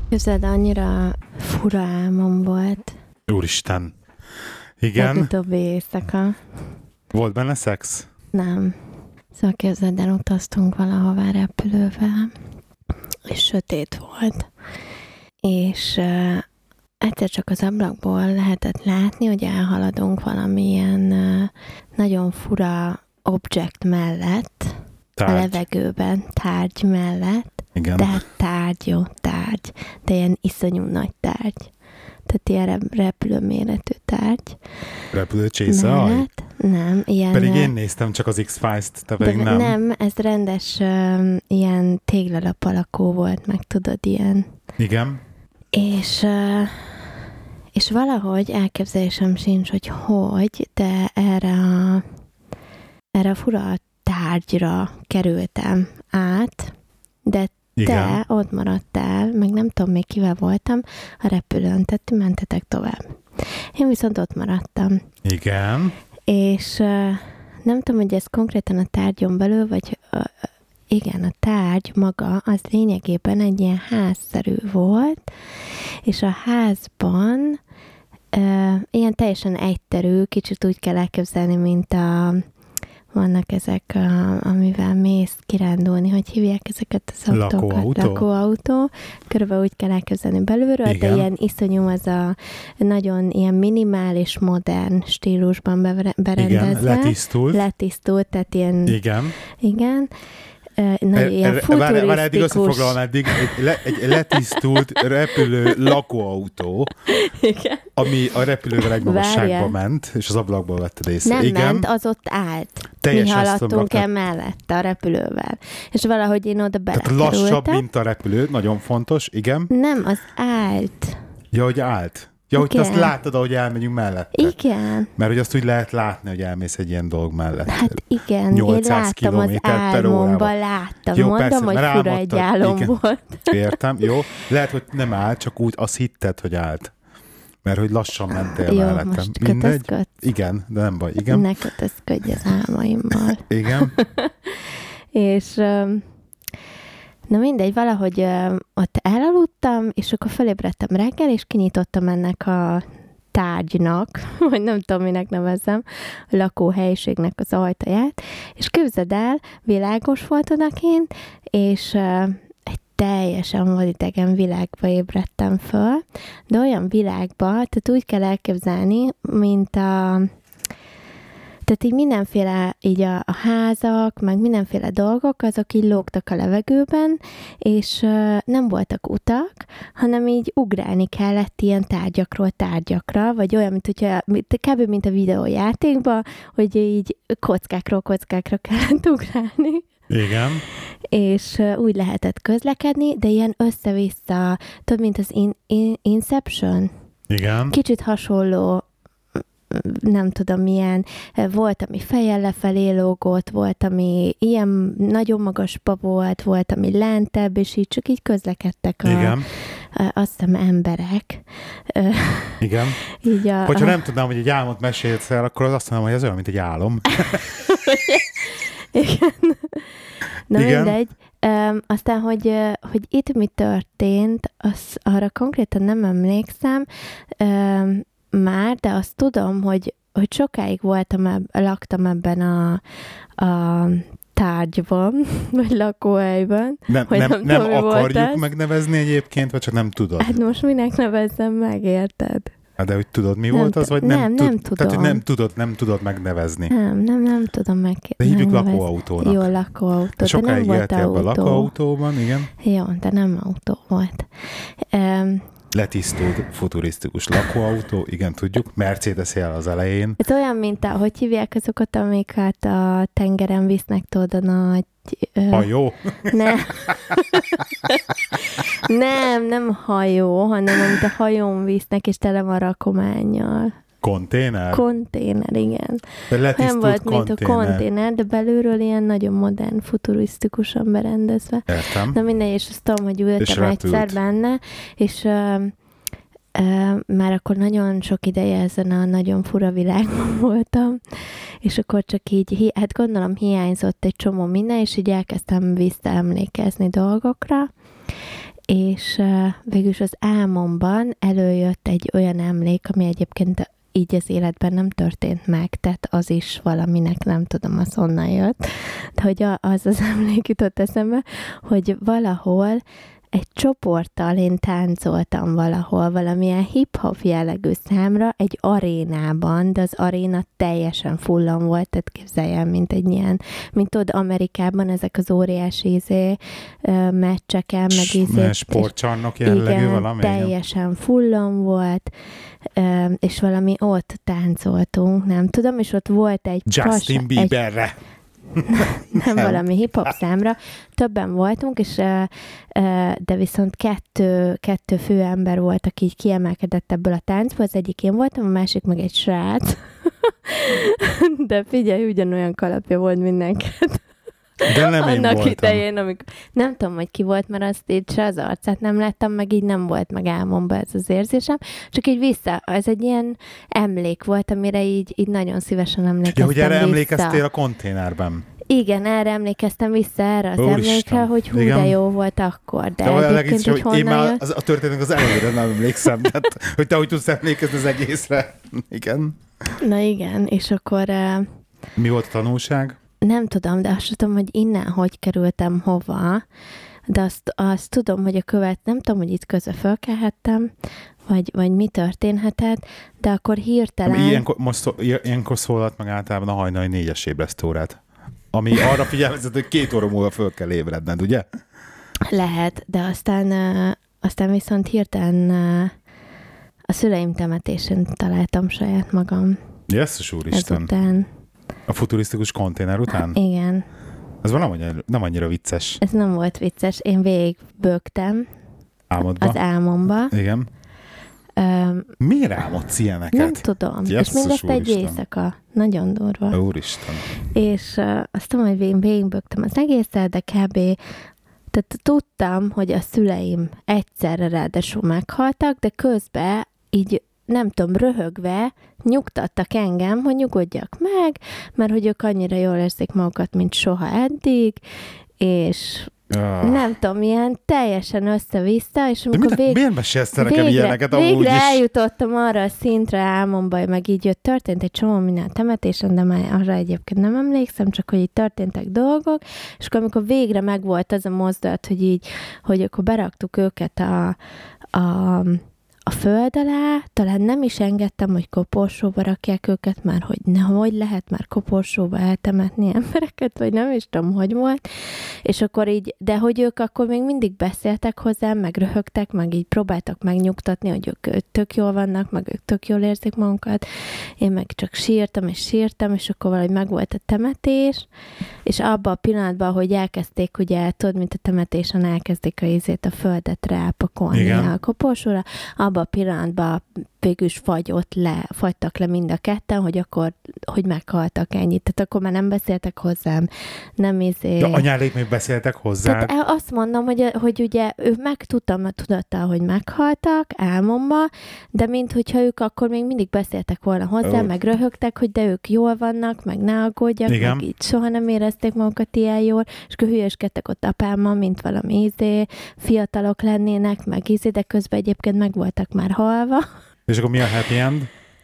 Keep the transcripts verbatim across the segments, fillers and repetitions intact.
Képzeld, annyira fura álmom volt. Úristen. Igen. Legutóbbi éjszaka. Volt benne szex? Nem. Szóval képzeld el, utaztunk valahová repülővel, és sötét volt. És uh, egyszer csak az ablakból lehetett látni, hogy elhaladunk valamilyen uh, nagyon fura objekt mellett, tárgy. A levegőben, tárgy mellett. Igen. De hát tárgy, jó, tárgy. De ilyen iszonyú nagy tárgy. Tehát ilyen repülőméretű tárgy. Repülőcsésze? Mellett, nem, ilyen... Pedig én néztem csak az X-Files-t, te pedig nem. Nem, ez rendes uh, ilyen téglalap alakú volt, meg tudod, ilyen. Igen. És, uh, és valahogy elképzelésem sincs, hogy hogy, de erre a, erre a fura tárgyra kerültem át, de igen. Te ott maradtál, meg nem tudom még kivel voltam, a repülőn, tehát ti mentetek tovább. Én viszont ott maradtam. Igen. És uh, nem tudom, hogy ez konkrétan a tárgyon belül, vagy uh, igen, a tárgy maga az lényegében egy ilyen házszerű volt, és a házban uh, ilyen teljesen egyterű, kicsit úgy kell elképzelni, mint a vannak ezek, a, amivel mész kirándulni, hogy hívják ezeket az autókat? Lakóautó. Lakóautó. Körülbelül úgy kell elképzelni belülről, igen. De ilyen iszonyú az a nagyon ilyen minimális, modern stílusban berendezve. Igen, letisztult. Letisztult, tehát ilyen... Igen. Igen. Nagy, ilyen futurisztikus... Már eddig összefoglalom, eddig egy, le, egy letisztult repülő lakóautó, igen. Ami a repülővel egy magasságba ment, és az ablakból vetted észre. Nem igen. ment, az ott állt. Teljesen mi haladtunk el mellette a repülővel. És valahogy én oda belekerültem. Tehát lassabb, mint a repülő, nagyon fontos, igen. Nem, az állt. Ja, hogy állt. Ja, hogy te azt láttad, ahogy elmegyünk mellette. Igen. Mert hogy azt úgy lehet látni, hogy elmész egy ilyen dolog mellett. Hát igen, én láttam az álmomban, láttam. Jó, mondom, persze, hogy fura álmodtad, egy álom igen. volt. Értem, jó. Lehet, hogy nem állt, csak úgy azt hitted, hogy állt. Mert hogy lassan mentél jó, mellettem. Most mindegy. Kötözködsz. Igen, de nem baj, igen. Ne kötözködj az álmaimmal. Igen. És... Na mindegy, valahogy ö, ott elaludtam, és akkor felébredtem reggel, és kinyitottam ennek a tárgynak, vagy nem tudom, minek nevezzem, a lakóhelyiségnek az ajtaját, és képzeld el, világos volt odakint, és ö, egy teljesen vadidegen világba ébredtem föl, de olyan világba, tehát úgy kell elképzelni, mint a... Tehát így mindenféle, így a, a házak, meg mindenféle dolgok, azok így lógtak a levegőben, és uh, nem voltak utak, hanem így ugrálni kellett ilyen tárgyakról tárgyakra, vagy olyan, mint hogyha, kb. Mint a videójátékban, hogy így kockákról kockákra kellett ugrálni. Igen. És uh, úgy lehetett közlekedni, de ilyen össze-vissza, több mint az in, in, Inception. Igen. Kicsit hasonló, nem tudom milyen, volt, ami fejjel lefelé lógott, volt, ami ilyen nagyon magasba volt, volt, ami lentebb, és így csak így közlekedtek a, igen. A, azt hiszem emberek. Igen. Így a, Hogyha a... nem tudnám, hogy egy álmot mesélsz el, akkor az azt mondom, hogy ez olyan, mint egy álom. Igen. Na igen. mindegy. Um, aztán, hogy, hogy itt mi történt, az, arra konkrétan nem emlékszem, um, már, de azt tudom, hogy, hogy sokáig voltam, eb, laktam ebben a, a tárgyban, vagy lakóhelyben. Nem, nem, nem, nem tudom, akarjuk megnevezni egyébként, vagy csak nem tudod? Hát most minek nevezzem meg, érted? Hát de hogy tudod, mi nem volt az, vagy nem, nem, nem, tud, tudom. Tehát, hogy nem tudod, nem tudod megnevezni. Nem, nem, nem tudom meg. De hívjuk lakóautónak. Jó, lakóautó. Sokáig de nem éltél volt a lakóautóban, igen. Jó, de nem autó volt. Um, Letisztult, futurisztikus lakóautó, igen, tudjuk. Mercedes jel az elején. Ez olyan, mint a, hogy hívják azokat, amiket a tengeren visznek, tudod, a nagy... Uh, hajó? Nem. nem, nem hajó, hanem amit a hajón visznek, és tele van rakománnyal. Konténer? Konténer, igen. Nem volt, konténer. Mint a konténer, de belülről ilyen nagyon modern, futurisztikusan berendezve. Értem. Na minden, és azt tudom, hogy ültem egyszer benne, és uh, uh, már akkor nagyon sok ideje ezen a nagyon fura világban voltam, és akkor csak így, hát gondolom hiányzott egy csomó minden, és így elkezdtem visszaemlékezni dolgokra, és uh, végülis az álmomban előjött egy olyan emlék, ami egyébként így az életben nem történt meg, tehát az is valaminek, nem tudom, az honnan jött, de hogy az az emlék jutott eszembe, hogy valahol egy csoporttal én táncoltam valahol, valamilyen hip-hop jellegű számra, egy arénában, de az aréna teljesen fullan volt, tehát képzelj el, mint egy ilyen, mint ott Amerikában ezek az óriási izé, meccseken, meg izé. Sportcsarnok jellegű igen, valami? teljesen fullan volt, és valami ott táncoltunk, nem tudom, és ott volt egy... Justin pas, Bieberre! Egy, nem valami hip-hop számra. Többen voltunk, és, de viszont kettő, kettő fő ember volt, aki így kiemelkedett ebből a táncból. Az egyik én voltam, a másik meg egy srác. De figyelj, ugyanolyan kalapja volt mindenket. De nem én annak voltam. Idején, amikor... Nem tudom, hogy ki volt, mert azt így se az arcát nem láttam, meg így nem volt meg álmomban ez az érzésem. Csak így vissza, ez egy ilyen emlék volt, amire így, így nagyon szívesen emlékeztem. Ja, hogy erre vissza. Emlékeztél a konténerben. Igen, erre emlékeztem vissza, erre az Úristen. Emlékre, hogy hú, de jó volt akkor. De, de egyébként, hogy honnan én már jött... az, a történetnek az elejére nem emlékszem, tehát, hogy te hogy tudsz emlékezni az egészre. Igen. Na igen, és akkor... Uh... Mi volt a tanulság? Nem tudom, de azt tudom, hogy innen hogy kerültem hova, de azt, azt tudom, hogy a követ, nem tudom, hogy itt közben fölkelhettem, vagy, vagy mi történhetett, de akkor hirtelen... Ilyenkor, most szó, ilyenkor szólalt meg általában a hajnali négyes ébresztórát, ami arra figyelmeztet, hogy két óra múlva föl kell ébredned, ugye? Lehet, de aztán, uh, aztán viszont hirtelen uh, a szüleim temetésén találtam saját magam. Jesszus úristen! Ezután. A futurisztikus konténer után? Igen. Ez nem annyira, nem annyira vicces. Ez nem volt vicces. Én végig bögtem. Álmodba? Az álmomba. Igen. Um, Miért álmodsz ilyeneket? Nem tudom. Jesszus, és mindezt úristen. egy éjszaka. Nagyon durva. Úristen. És uh, azt tudom, hogy végig, végig bögtem az egészet, de kb. Tehát tudtam, hogy a szüleim egyszerre ráadásul meghaltak, de közben így nem tudom, röhögve nyugtattak engem, hogy nyugodjak meg, mert hogy ők annyira jól érzik magukat, mint soha eddig, és ah. nem tudom, ilyen teljesen össze-vissza, és amikor vég... miért mesélsz te nekem ilyeneket amúgy végre is? eljutottam arra a szintre álmomba, meg így jött, történt egy csomó minden temetésen, de már arra egyébként nem emlékszem, csak hogy így történtek dolgok, és akkor amikor végre megvolt az a mozdulat, hogy így, hogy akkor beraktuk őket a, a a föld alá, talán nem is engedtem, hogy koporsóba rakják őket, már hogy nehogy lehet már koporsóba eltemetni embereket, vagy nem is tudom, hogy volt. És akkor így, de hogy ők akkor még mindig beszéltek hozzám, meg röhögtek, meg így próbáltak megnyugtatni, hogy ők tök jól vannak, meg ők tök jól érzik magukat. Én meg csak sírtam, és sírtam, és akkor valahogy megvolt a temetés, és abban a pillanatban, hogy elkezdték, ugye, tudod, mint a temetésen elkezdik a ízét, a földet rápakolni igen. a koporsóra, abban a pillanatban végül is fagyott le, fagytak le mind a ketten, hogy akkor, hogy meghaltak ennyit. Tehát akkor már nem beszéltek hozzám, nem izé... De anyálék még beszéltek hozzá. Tehát azt mondom, hogy, hogy ugye ő megtudtam a tudattal, hogy meghaltak álmomba, de mint hogyha ők akkor még mindig beszéltek volna hozzá, oh. meg röhögtek, hogy de ők jól vannak, meg ne aggódjak, igen. meg így soha nem érezték magukat ilyen jól, és akkor hülyeskedtek ott apámmal, mint valami izé, fiatalok lennének, meg izé, de közben egyébként meg voltak már halva. És akkor mi a happy end?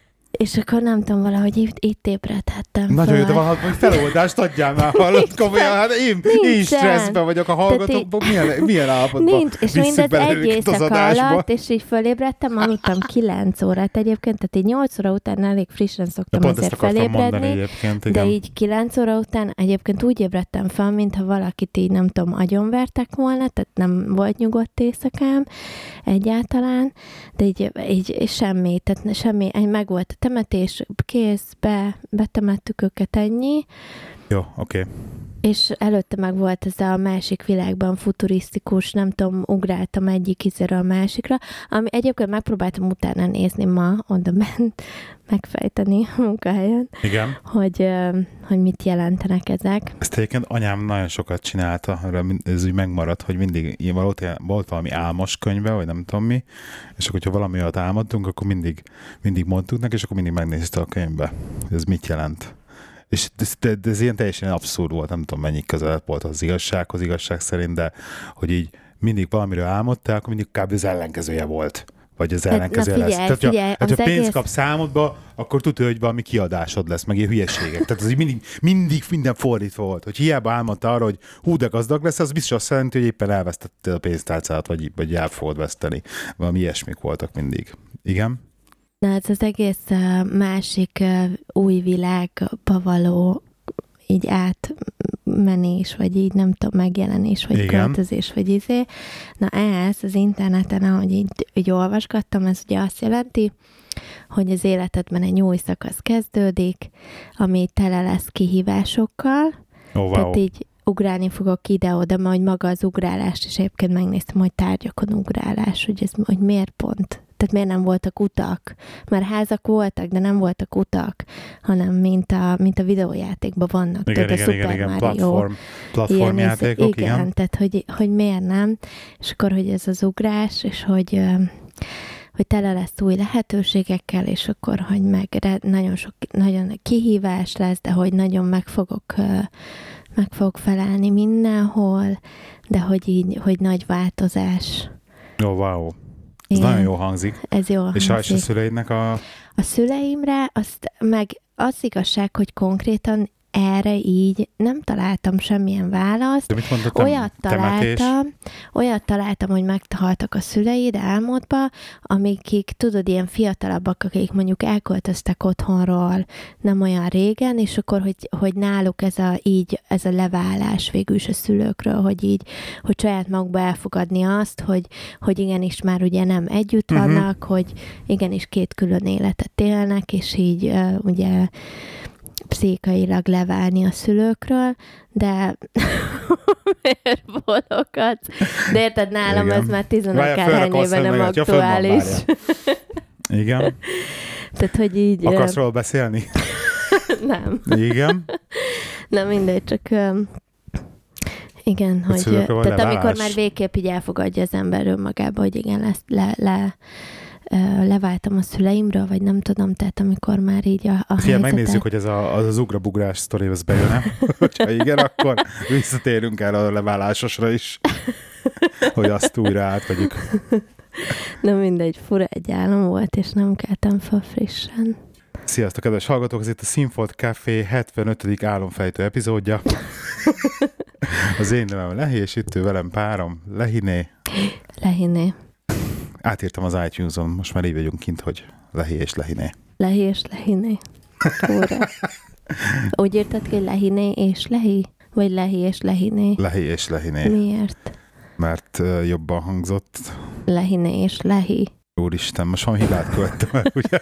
És akkor nem tudom, valahogy itt, itt ébredhettem. Nagyon jó, de valahogy hogy feloldást adjál már, hallott komolyan. Hát én, én stresszben vagyok a hallgatókban, milyen, milyen állapotban nincs, és mindez egy éjszaka alatt, és így fölébredtem, aludtam kilenc órát egyébként, tehát így nyolc óra után elég frissen szoktam de azért felébredni, de így kilenc óra után egyébként úgy ébredtem fel, mintha valakit így nem tudom, agyonvertek volna, tehát nem volt nyugodt éjszakám egyáltalán, de így, így semmi, tehát semmi, meg volt a temetés, kész, be, betemettük őket, ennyi. Jó, oké. Okay. És előtte meg volt ez a másik világban futurisztikus, nem tudom, ugráltam egyik izéről a másikra, ami egyébként megpróbáltam utána nézni ma, oda bent, megfejteni a munkahelyen, igen. Hogy, hogy mit jelentenek ezek. Ezt egyébként anyám nagyon sokat csinálta, ez úgy megmaradt, hogy mindig volt, volt valami álmos könyve, vagy nem tudom mi, és akkor, hogyha valami olyat álmodtunk, akkor mindig, mindig mondtuk neki, és akkor mindig megnézte a könyvbe, hogy ez mit jelent. És ez, ez ilyen teljesen abszurd volt, nem tudom mennyi közel volt az igazsághoz, igazság szerint, de hogy így mindig valamiről álmodtál, akkor mindig kb. Az ellenkezője volt. Vagy az ellenkező figyelj, lesz. Tehát, figyelj, ha, hát, ha pénzt egész... kapsz számodba, akkor tudod, hogy valami kiadásod lesz, meg ilyen hülyeségek. Tehát az így mindig, mindig minden fordítva volt. Hogy hiába álmodtál arra, hogy hú, de gazdag lesz, az biztos azt jelenti, hogy éppen elvesztettél a pénztárcát, vagy, vagy el fogod veszteni. Valami ilyesmik voltak mindig. Igen? Na, ez az egész uh, másik uh, új világba való így átmenés, vagy így nem tudom, megjelenés, vagy Igen. költözés, vagy izé. Na ez az interneten, ahogy így, így olvasgattam, ez ugye azt jelenti, hogy az életedben egy új szakasz kezdődik, ami tele lesz kihívásokkal. Oh, wow. Tehát így ugrálni fogok ide-oda, majd maga az ugrálást is egyébként megnéztem, hogy tárgyakon ugrálás, hogy, ez, hogy miért pont. Tehát miért nem voltak utak? Mert házak voltak, de nem voltak utak, hanem mint a, mint a videójátékban vannak. Igen, tehát igen, a igen, Super igen, Mario, platform, platformjátékok, igen. igen. Tehát, hogy, hogy miért nem? És akkor, hogy ez az ugrás, és hogy, hogy tele lesz új lehetőségekkel, és akkor, hogy meg nagyon sok, nagyon kihívás lesz, de hogy nagyon meg fogok, meg fogok felelni mindenhol, de hogy így, hogy nagy változás. Ó, oh, wow. Ez Igen. nagyon jó hangzik. Ez jó hangzik. És a, és a szüleidnek a... A szüleimre, azt meg az igazság, hogy konkrétan erre így nem találtam semmilyen választ. De mit mondtad, Olyat találtam, olyat találtam, hogy meghaltak a szüleid álmodba, amikik, tudod, ilyen fiatalabbak, akik mondjuk elköltöztek otthonról nem olyan régen, és akkor, hogy, hogy náluk ez a, így, ez a leválás végül is a szülőkről, hogy így, hogy saját magukba elfogadni azt, hogy, hogy igenis már ugye nem együtt uh-huh. vannak, hogy igenis két külön életet élnek, és így uh, ugye pszichikailag leválni a szülőkről, de miért bologatsz? De érted, nálam igen. Ez már tizenakárhány éve nem meg, aktuális. Igen. Tehát, hogy így... Akarsz róla beszélni? Nem. Igen. Nem, mindegy, csak... Igen, hogy... Tehát leválás. Amikor már végképp így elfogadja az ember önmagába, hogy igen, lesz, le, le, leváltam a szüleimről, vagy nem tudom, tehát amikor már így a, a Fia, helyzetet... megnézzük, hogy ez a, az, az ugrabugrás sztori, ez bejön-e? Ha igen, akkor visszatérünk el a leválásosra is, hogy azt újra átvegyük. Na mindegy, fura egy álom volt, és nem keltem fel frissen. Sziasztok, kedves hallgatók! Ez itt a Színfolt Café hetvenötödik álomfejtő epizódja. Az én nevem Lehi, és itt ő velem párom, Lehiné. Lehiné. Átírtam az iTunes-on, most már így vagyunk kint, hogy Lehi és Lehiné. Lehi és Lehiné. Fura. Úgy írtad ki, hogy Lehiné és Lehi? Vagy Lehi és Lehiné? Lehi és Lehiné. Miért? Mert uh, jobban hangzott. Lehiné és Lehi. Úristen, most van hibát követtem el, ugye?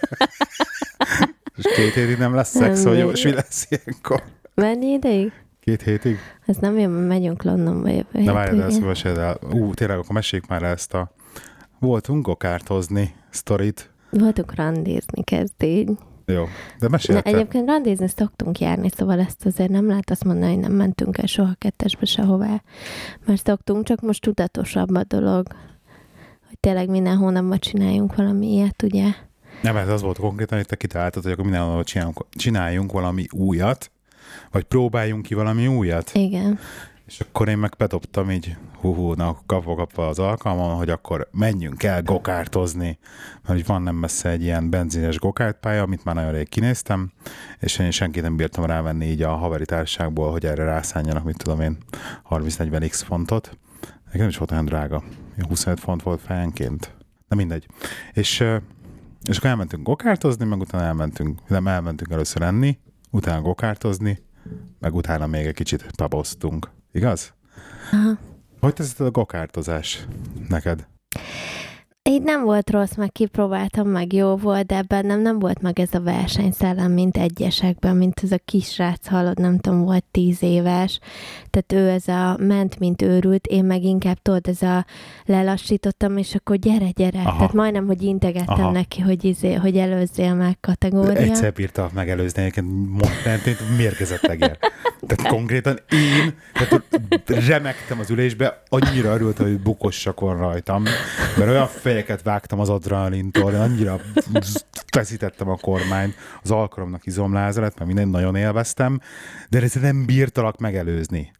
És két hétig nem lesz szex, vagy jó, és mi lesz ilyenkor? Mennyi ideig? Két hétig? Ez nem jó, mert megyünk Londonba jövő Na várjad, ezt meséld el. Ú, tényleg, akkor meséljük már ezt a... Voltunk gokártozni sztorit. Voltunk randézni, kezd így. Jó, de mesélj. Egyébként randézni szoktunk járni, szóval ezt azért nem lehet azt mondani, hogy nem mentünk el soha kettesbe sehová. Mert szoktunk, csak most tudatosabb a dolog, hogy tényleg minden hónapban csináljunk valami ilyet, ugye? Nem, ez az volt konkrétan, hogy te kitaláltad, hogy akkor minden hónapban csináljunk, csináljunk valami újat, vagy próbáljunk ki valami újat. Igen. És akkor én meg bedobtam így, hú-hú, na, kapva kapva az alkalmon, hogy akkor menjünk el gokártozni, mert így van nem messze egy ilyen benzines gokártpálya, amit már nagyon rég kinéztem, és én senkit nem bírtam rávenni így a haveri társaságból, hogy erre rászánjanak, mit tudom én, harminc-negyven x fontot. Nekem nem is volt olyan drága. huszonöt font volt fejenként. Na mindegy. És, és akkor elmentünk gokártozni, meg utána elmentünk, nem elmentünk először enni, utána gokártozni, meg utána még egy kicsit puboztunk. Igaz? Aha. Hogy teszed a gokártozás neked? Így nem volt rossz, meg kipróbáltam, meg jó volt, de bennem nem volt meg ez a versenyszellem, mint egyesekben, mint ez a kisrác, hallod, nem tudom, volt tíz éves. Tehát ő ez a ment, mint őrült, én meg inkább tudod, ez a lelassítottam, és akkor gyere, gyere. Aha. Tehát majdnem, hogy integettem Aha. neki, hogy, izé, hogy előzzél meg kategória. Egyszer bírta megelőzni, egyébként mondtál, mérgezetleg ér. Tehát konkrétan én tehát remektem az ülésbe, annyira örültem, hogy bukossak van rajtam, mert olyan fejeket vágtam az adrenalintól, annyira feszítettem a kormányt, az alkalomnak izomláza lett, mert mindent nagyon élveztem, de ezzel nem bírtalak megelőzni.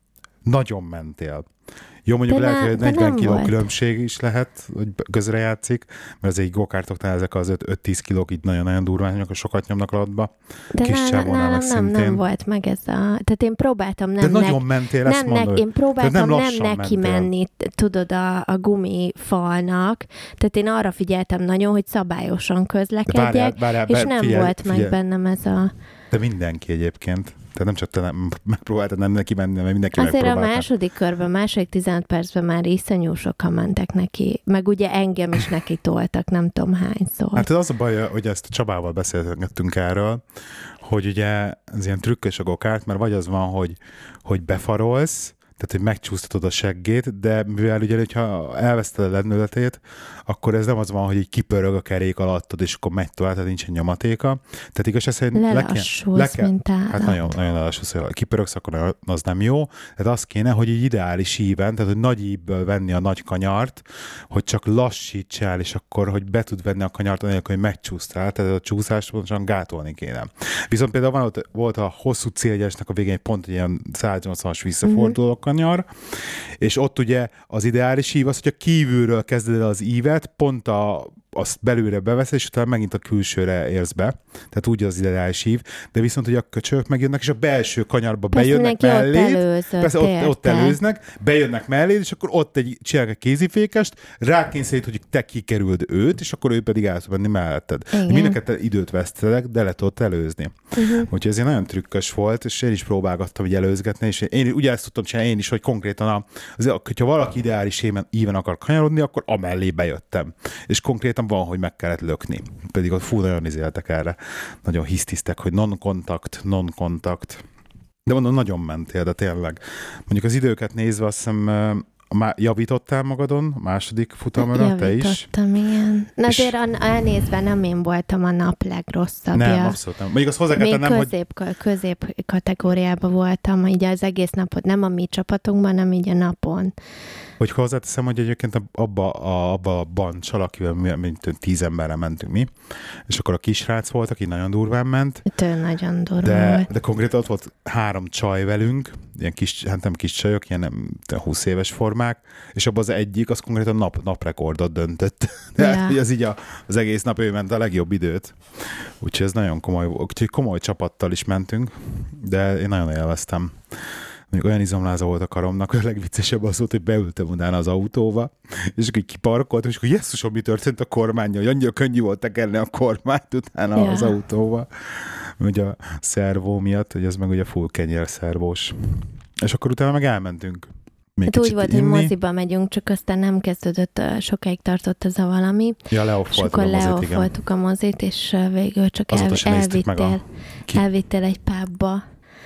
Nagyon mentél. Jó, mondjuk de lehet, ne, hogy negyven kiló volt. különbség is lehet, hogy közre játszik, mert az egy gokártoknál ezek az öt-tíz kilók így nagyon-nagyon durván, hogy sokat nyomnak alatba. De Kis csávónál meg nem, szintén. nem volt meg ez a... Tehát én próbáltam nem... De nagyon nek, mentél, ezt nem mondod. nek, Én próbáltam nem, nem neki mentél. menni, tudod, a, a gumifalnak. Tehát én arra figyeltem nagyon, hogy szabályosan közlekedjek, várjál, várjál, és nem figyelj, volt figyelj. meg bennem ez a... De mindenki egyébként. Tehát nem csak te nem, megpróbáltad nem neki menni, mert mindenki azért megpróbálta. A második körben, második tizenöt percben már iszonyú sokan mentek neki, meg ugye engem is neki toltak, nem tudom hányszor. Hát az a baj, hogy ezt Csabával beszélgettünk erről, hogy ugye ez ilyen trükkös a gokárt, mert vagy az van, hogy, hogy befarolsz, tehát, hogy megcsúsztatod a seggét, de mivel ugye, hogyha elveszted a lendületét, akkor ez nem az van, hogy így kipörög a kerék alattad, és akkor megy tovább, tehát nincsen nyomatéka. Tehát igaz, szerint lelassulsz, le kell, mint állat. Hát nagyon, nagyon lelassulsz, hogy kipörögsz, akkor az nem jó. Tehát az kéne, hogy így ideális íven, tehát hogy nagy ívből venni a nagy kanyart, hogy csak lassítsál, és akkor, hogy be tud venni a kanyart, anélkül, hogy megcsúsztál, tehát a csúszást pontosan gátolni kéne. Viszont például van, volt a hosszú célgyesnek a végén pont egy ilyen száznyolcvanas visszaforduló mm-hmm. kanyar, és ott ugye az ideális ív az, hogyha kívülről kezded el az ívet, pont a, azt belőle beveszed, és utána megint a külsőre érsz be. Tehát úgy az ideális ív, de viszont ugye a köcsögök megjönnek, és a belső kanyarba persze bejönnek melléd. Ott persze ott, ott előznek, bejönnek melléd, és akkor ott egy csinálják egy kézifékest, rákényszerít, hogy te kikerüld őt, és akkor ő pedig el tud menni melletted. Mindenket időt vesztedek, de le tudott előzni. Uh-huh. Úgyhogy ez nagyon trükkös volt, és én is próbálgattam így előzgetni, és én ugye ezt tudtam csinálni én is, hogy konkrétan, a, azért, hogyha valaki ideális éven, íven akar kanyarodni, akkor amellé bejöttem. És konkrétan van, hogy meg kellett lökni. Pedig ott fú, nagyon izéltek erre. Nagyon hisztisztek, hogy non-kontakt, non-kontakt. De mondom, nagyon mentél, de tényleg. Mondjuk az időket nézve azt hiszem, javítottál magadon a második futamra, te is? Javítottam, igen. Na azért elnézve nem én voltam a nap legrosszabbja. Nem, abszolút nem. Mondjuk azt hozzá Még nem, közép, hogy... közép kategóriában voltam, így az egész napot, nem a mi csapatunkban, hanem így a napon. Hogy hozzáteszem, hogy egyébként abba a, abba a bancsal, akivel mint tíz emberre mentünk mi, és akkor a kisrác volt, aki nagyon durván ment. Ő nagyon durva de, volt. De konkrétan ott volt három csaj velünk, ilyen kis, hát nem kis csajok, ilyen nem, húsz éves formák, és abban az egyik, az konkrétan nap, naprekordot döntött. Tehát ja. az így a, az egész nap ő ment a legjobb időt. Úgyhogy ez nagyon komoly, úgyhogy komoly csapattal is mentünk, de én nagyon élveztem. Mondjuk olyan izomláza volt a karomnak, hogy a legviccesebb az volt, hogy beültem utána az autóba, és akkor így kiparkoltam, és akkor jesszusom, mi történt a kormánnyal, hogy annyira könnyű volt tekerni a kormányt utána yeah. az autóba. Ugye a szervó miatt, hogy ez meg ugye full kenyér szervós. És akkor utána meg elmentünk. Hát úgy volt, inni. Hogy moziba megyünk, csak aztán nem kezdődött, sokáig tartott ez a valami. Ja, leoffoltuk a mozit, igen. leoffoltuk a mozit, és végül csak el, elvittél, a... elvittél egy pubba.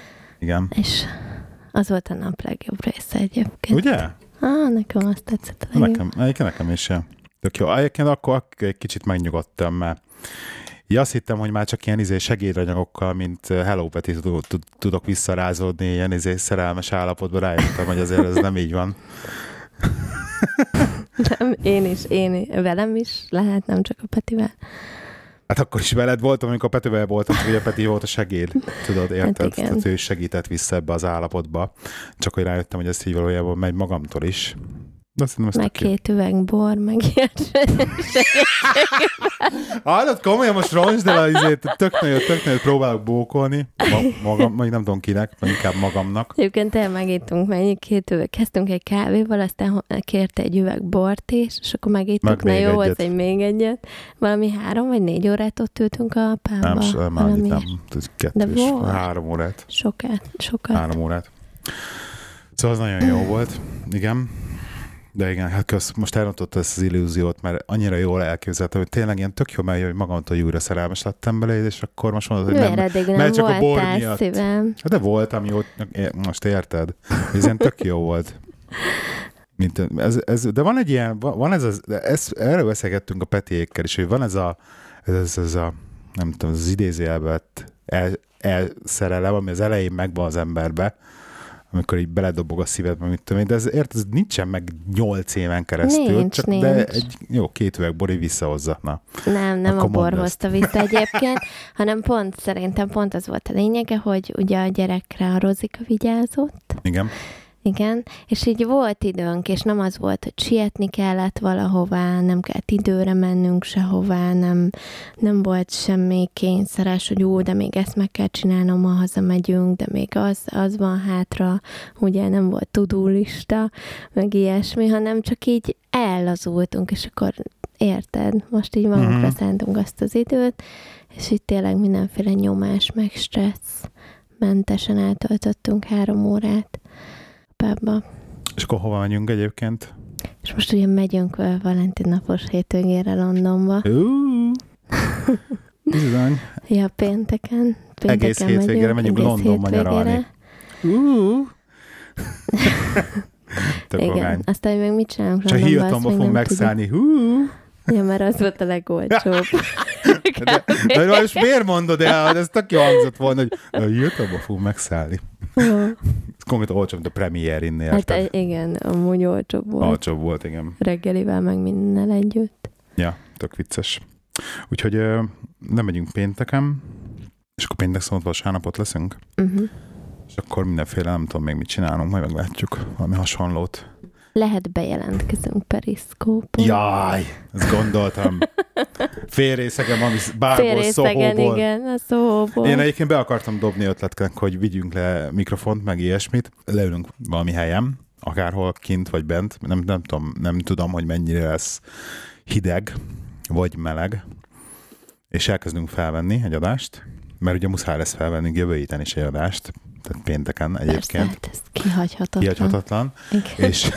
Igen. És az volt a nap legjobb része egyébként. Ugye? Ah, nekem azt tetszett a legjobb. Nekem, nekem is sem. Tök jó. Egyébként akkor egy kicsit megnyugodtam, mert ja, azt hittem, hogy már csak ilyen izé segédanyagokkal, mint Hello Peti tudok visszarázódni ilyen izé szerelmes állapotban, rájöttem, hogy azért ez nem így van. Nem, én is, én velem is lehet, nem csak a Petivel. Hát akkor is veled voltam, amikor a Petivel voltam, hogy a Peti volt a segéd. Tudod, érted? Hát tehát ő segített vissza ebbe az állapotba. Csak hogy rájöttem, hogy ez így valójában megy magamtól is. Meg két üveg bor, meg ilyen Hallod, komolyan most roncsd el az izét, tök nagyon, tök nagyon próbálok bókolni. Ma, magam, majd nem tudom kinek, inkább magamnak. Egyébként el megittunk mennyi két üveg. Kezdtünk egy kávéval, aztán kérte egy üveg bort is, és akkor megittuk, na jó, volt egy még egyet. Valami három vagy négy órát ott ültünk a párba. Nem, nem, nem, kettő és három órát. Sokat, sokat. Három órát. Szóval az nagyon jó volt, igen. De igen, hát kösz, most elrontotta ezt az illúziót, mert annyira jól elképzeltem, hogy tényleg ilyen tök jó, mert magamtól újra szerelmes lettem bele, és akkor most mondod, hogy nem, mert, nem mert csak a bor miatt. Szívem. Hát de voltam jó, most érted? Ez ilyen tök jó volt. Mint ez, ez, de van egy ilyen, van ez, az, ez erről beszélgettünk a Petiékkel is, hogy van ez a, ez, ez a nem tudom, az idézőjelbet el, elszerelem, ami az elején megvan az emberbe, amikor így beledobog a szívedbe, mit tudom én, de ez, érted, ez nincsen meg nyolc éven keresztül, nincs, csak nincs. De egy jó két üveg bor így visszahozza. Na. Nem, nem akkor a bor hozta vissza egyébként, hanem pont, szerintem pont az volt a lényege, hogy ugye a gyerekre a Rozika vigyázott. Igen. Igen, és így volt időnk, és nem az volt, hogy sietni kellett valahová, nem kellett időre mennünk sehová, nem, nem volt semmi kényszeres, hogy ú, de még ezt meg kell csinálnom, ha hazamegyünk, de még az, az van hátra, ugye nem volt tudólista, meg ilyesmi, hanem csak így ellazultunk, és akkor érted, most így magunkra uh-huh. szántunk azt az időt, és itt tényleg mindenféle nyomás, meg stressz mentesen eltöltöttünk három órát Pába. És akkor hova megyünk egyébként? És most ugye megyünk Valentin napos hétvégére Londonba. Uh, bizony. Ja, pénteken. pénteken egész hétvégére megyünk Londonba nyaralni. Uh. Igen, vagány. aztán még mit csinálunk Csak Hiltonba fogunk megszállni. Uh. Ja, mert az volt a legolcsóbb. de, de most miért mondod el? Ez tök jó hangzott volna, hogy Hiltonba fogunk megszállni. Uh. Ez konkrétan olcsóbb, mint a Premier Inn-nél. Hát egy, igen, amúgy olcsóbb volt. Olcsóbb volt, igen. Reggelivel meg mindennel együtt. Ja, tök vicces. Úgyhogy ö, nem megyünk pénteken, és akkor péntek szóval vasárnapot leszünk. Uh-huh. És akkor mindenféle, nem tudom még mit csinálunk, majd meglátjuk valami hasonlót. Lehet bejelentkezünk Periszkópon. Jaj, ezt gondoltam. Félrészegen valami bárból, Szóhóból. igen, a Szóhóból. Én egyébként be akartam dobni ötletnek, hogy vigyünk le mikrofont, meg ilyesmit, leülünk valami helyen, akárhol kint vagy bent, nem, nem, tudom, nem tudom, hogy mennyire lesz hideg, vagy meleg, és elkezdünk felvenni egy adást, mert ugye muszáj lesz felvenni jövő héten is egy adást, tehát pénteken egyébként. Persze, hát ez kihagyhatatlan. Kihagyhatatlan. Igen. És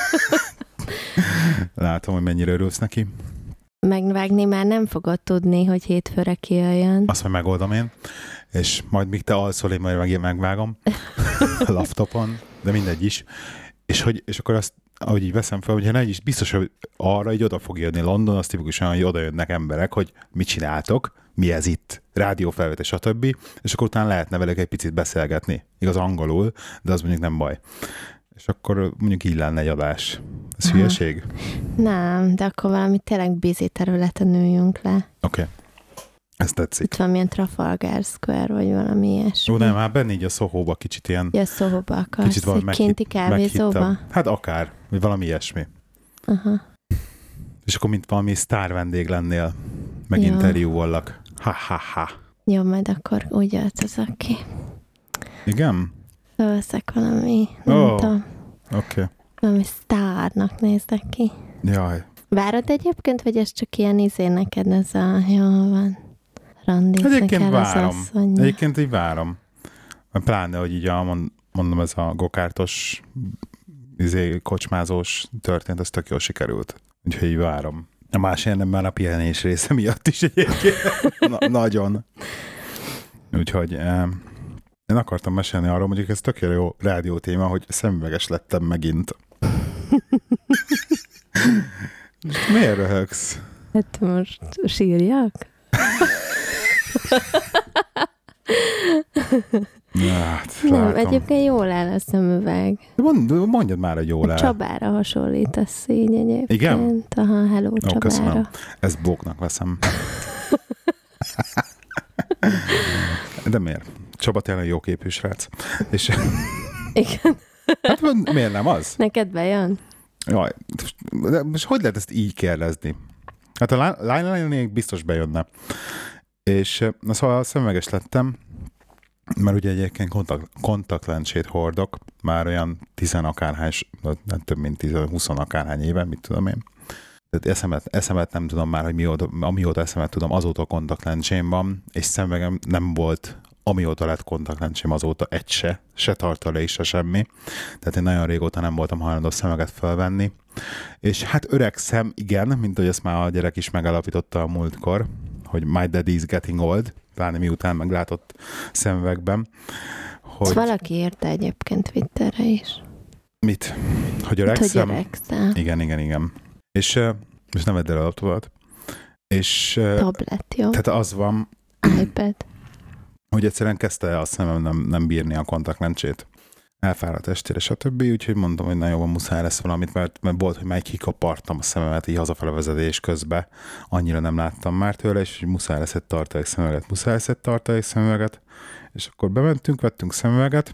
látom, hogy mennyire örülsz neki. Megvágni már nem fogod tudni, hogy hétfőre kijöjjön. Azt majd megoldom én, és majd míg te alszol, én majd meg, megvágom laptopon, de mindegy is. És, hogy, és akkor azt, ahogy így veszem fel, hogyha egy is biztos, hogy arra így oda fog jönni London, az tipikusan, hogy oda jönnek emberek, hogy mit csináltok, mi ez itt, rádiófelvetés, stb. És akkor utána lehetne velük egy picit beszélgetni. Igaz angolul, de az mondjuk nem baj. És akkor mondjuk így lenne egy adás. Ez Aha. hülyeség? Nem, de akkor valami tényleg busy területen üljünk le. Oké. Okay. Ez tetszik. Itt van milyen Trafalgar Square, vagy valami ilyesmi. Jó, nem, már benne így a Soho-ba kicsit ilyen... Ja, Soho-ba akarsz, kicsit egy kinti kávézóba? Hát akár, vagy valami ilyesmi. Aha. És akkor mint valami sztár vendég lennél, meg ja. interjúollak. Ha-ha-ha. Jó, majd akkor úgy öltözök ki. Igen? Fölveszek valami, nem oh. tudom. Oké. Okay. Valami sztárnak nézek ki. Jaj. Várod egyébként, vagy ez csak ilyen izé neked ez a... Jó, van. Randizni Egyébként kell várom. az asszonynak. Egyébként így várom. Pláne, hogy így a, mondom, ez a gokártos, izé, kocsmázós történt, ez tök jól sikerült. Úgyhogy így várom. A más ilyen már a pihenés része miatt is egyébként. Na, nagyon. Úgyhogy eh, én akartam mesélni arról, mondjuk ez tök jó rádió téma, hogy szemüveges lettem megint. Miért röhögsz? Hát most sírjak? Hát, nem, egyébként jól áll a szemüveg. Mond, mondjad már, hogy jól áll. Csabára hasonlítasz így egyébként. Igen? Aha, hello, Ó, Csabára. Köszönöm. Ezt bóknak veszem. De miért? Csaba tényleg jó képű srác. És... Igen. Hát miért nem az? Neked bejön? Jaj, de most hogy lehet ezt így kérdezni? Hát a lányok biztos bejönne. És na, szóval szemüveges lettem, mert ugye egyébként kontakt, kontaktlencsét hordok, már olyan tizenakárhány, nem több mint tíz, húsz akárhány éve, mit tudom én. Tehát eszemet, eszemet nem tudom már, hogy mióta, amióta eszemet tudom, azóta kontaktlencsém van, és szemüvegem nem volt, amióta lett kontaktlencsém, azóta egy se, se tartalék, se semmi. Tehát én nagyon régóta nem voltam hajlandó szemüveget felvenni. És hát öregszem, igen, mint hogy ezt már a gyerek is megalapította a múltkor, hogy my daddy is getting old, pláne miután meglátott szemüvegben. Hogy... Valaki érte egyébként Twitterre is. Mit? Hogy öregszem? Hogy öregszem. Igen, igen, igen. És most nem vedd el a laptopot. És... Tablet, jó. Tehát az van... iPad. Hogy egyszerűen kezdte a szemem nem, nem bírni a kontaktlencsét. Elfáradt estére, stb. Úgyhogy mondtam, hogy nagyon jobban muszáj lesz valamit, mert, mert volt, hogy már kikapartam a szememet így hazafele vezetés közben. Annyira nem láttam már tőle, és muszáj lesz egy tartalék szemüveget, muszáj lesz egy tartalék szemüveget. És akkor bementünk, vettünk szemüveget,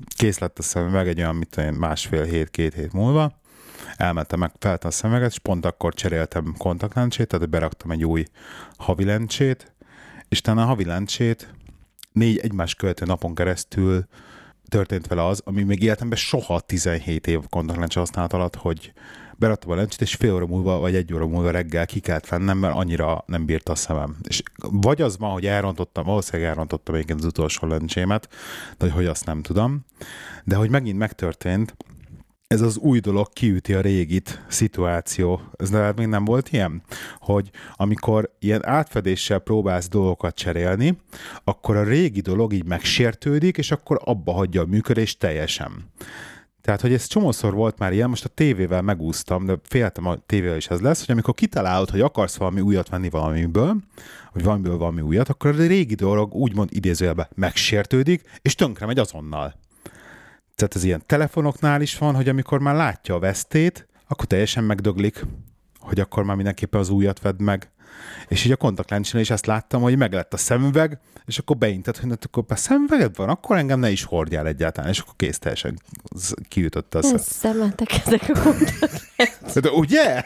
kész lett a szemüveg egy olyan, mit tudom én, másfél hét, két hét múlva. Elmentem meg, feltem a szemüveget, és pont akkor cseréltem kontaktlencsét, tehát beraktam egy új havilencsét, és talán a havilencsét négy egymás követő napon keresztül történt vele az, ami még életemben soha tizenhét év kontaktlencse használat alatt, hogy beraktam a lencsét, és fél óra múlva, vagy egy óra múlva reggel ki kellett vennem, mert annyira nem bírta a szemem. És vagy az van, hogy elrontottam, valószínűleg elrontottam egyébként az utolsó lencsémet, de hogy azt nem tudom. De hogy megint megtörtént, ez az új dolog kiüti a régit szituáció. Ez még nem volt ilyen? Hogy amikor ilyen átfedéssel próbálsz dolgokat cserélni, akkor a régi dolog így megsértődik, és akkor abba hagyja a működést teljesen. Tehát, hogy ez csomószor volt már ilyen, most a tévével megúsztam, de féltem a tévével is ez lesz, hogy amikor kitalálod, hogy akarsz valami újat venni valamiből, vagy valamiből valami újat, akkor a régi dolog úgymond idézőjelben megsértődik, és tönkre megy azonnal. Tehát ez ilyen telefonoknál is van, hogy amikor már látja a vesztét, akkor teljesen megdöglik, hogy akkor már mindenképpen az újat vedd meg. És így a kontaktlencsénél is ezt láttam, hogy meg lett a szemüveg, és akkor beintett, hogy akkor a szemüveged van, akkor engem ne is hordjál egyáltalán, és akkor kész teljesen kiütötte a szemüveg. Szemetek ezek a kontaktlencsék. De ugye?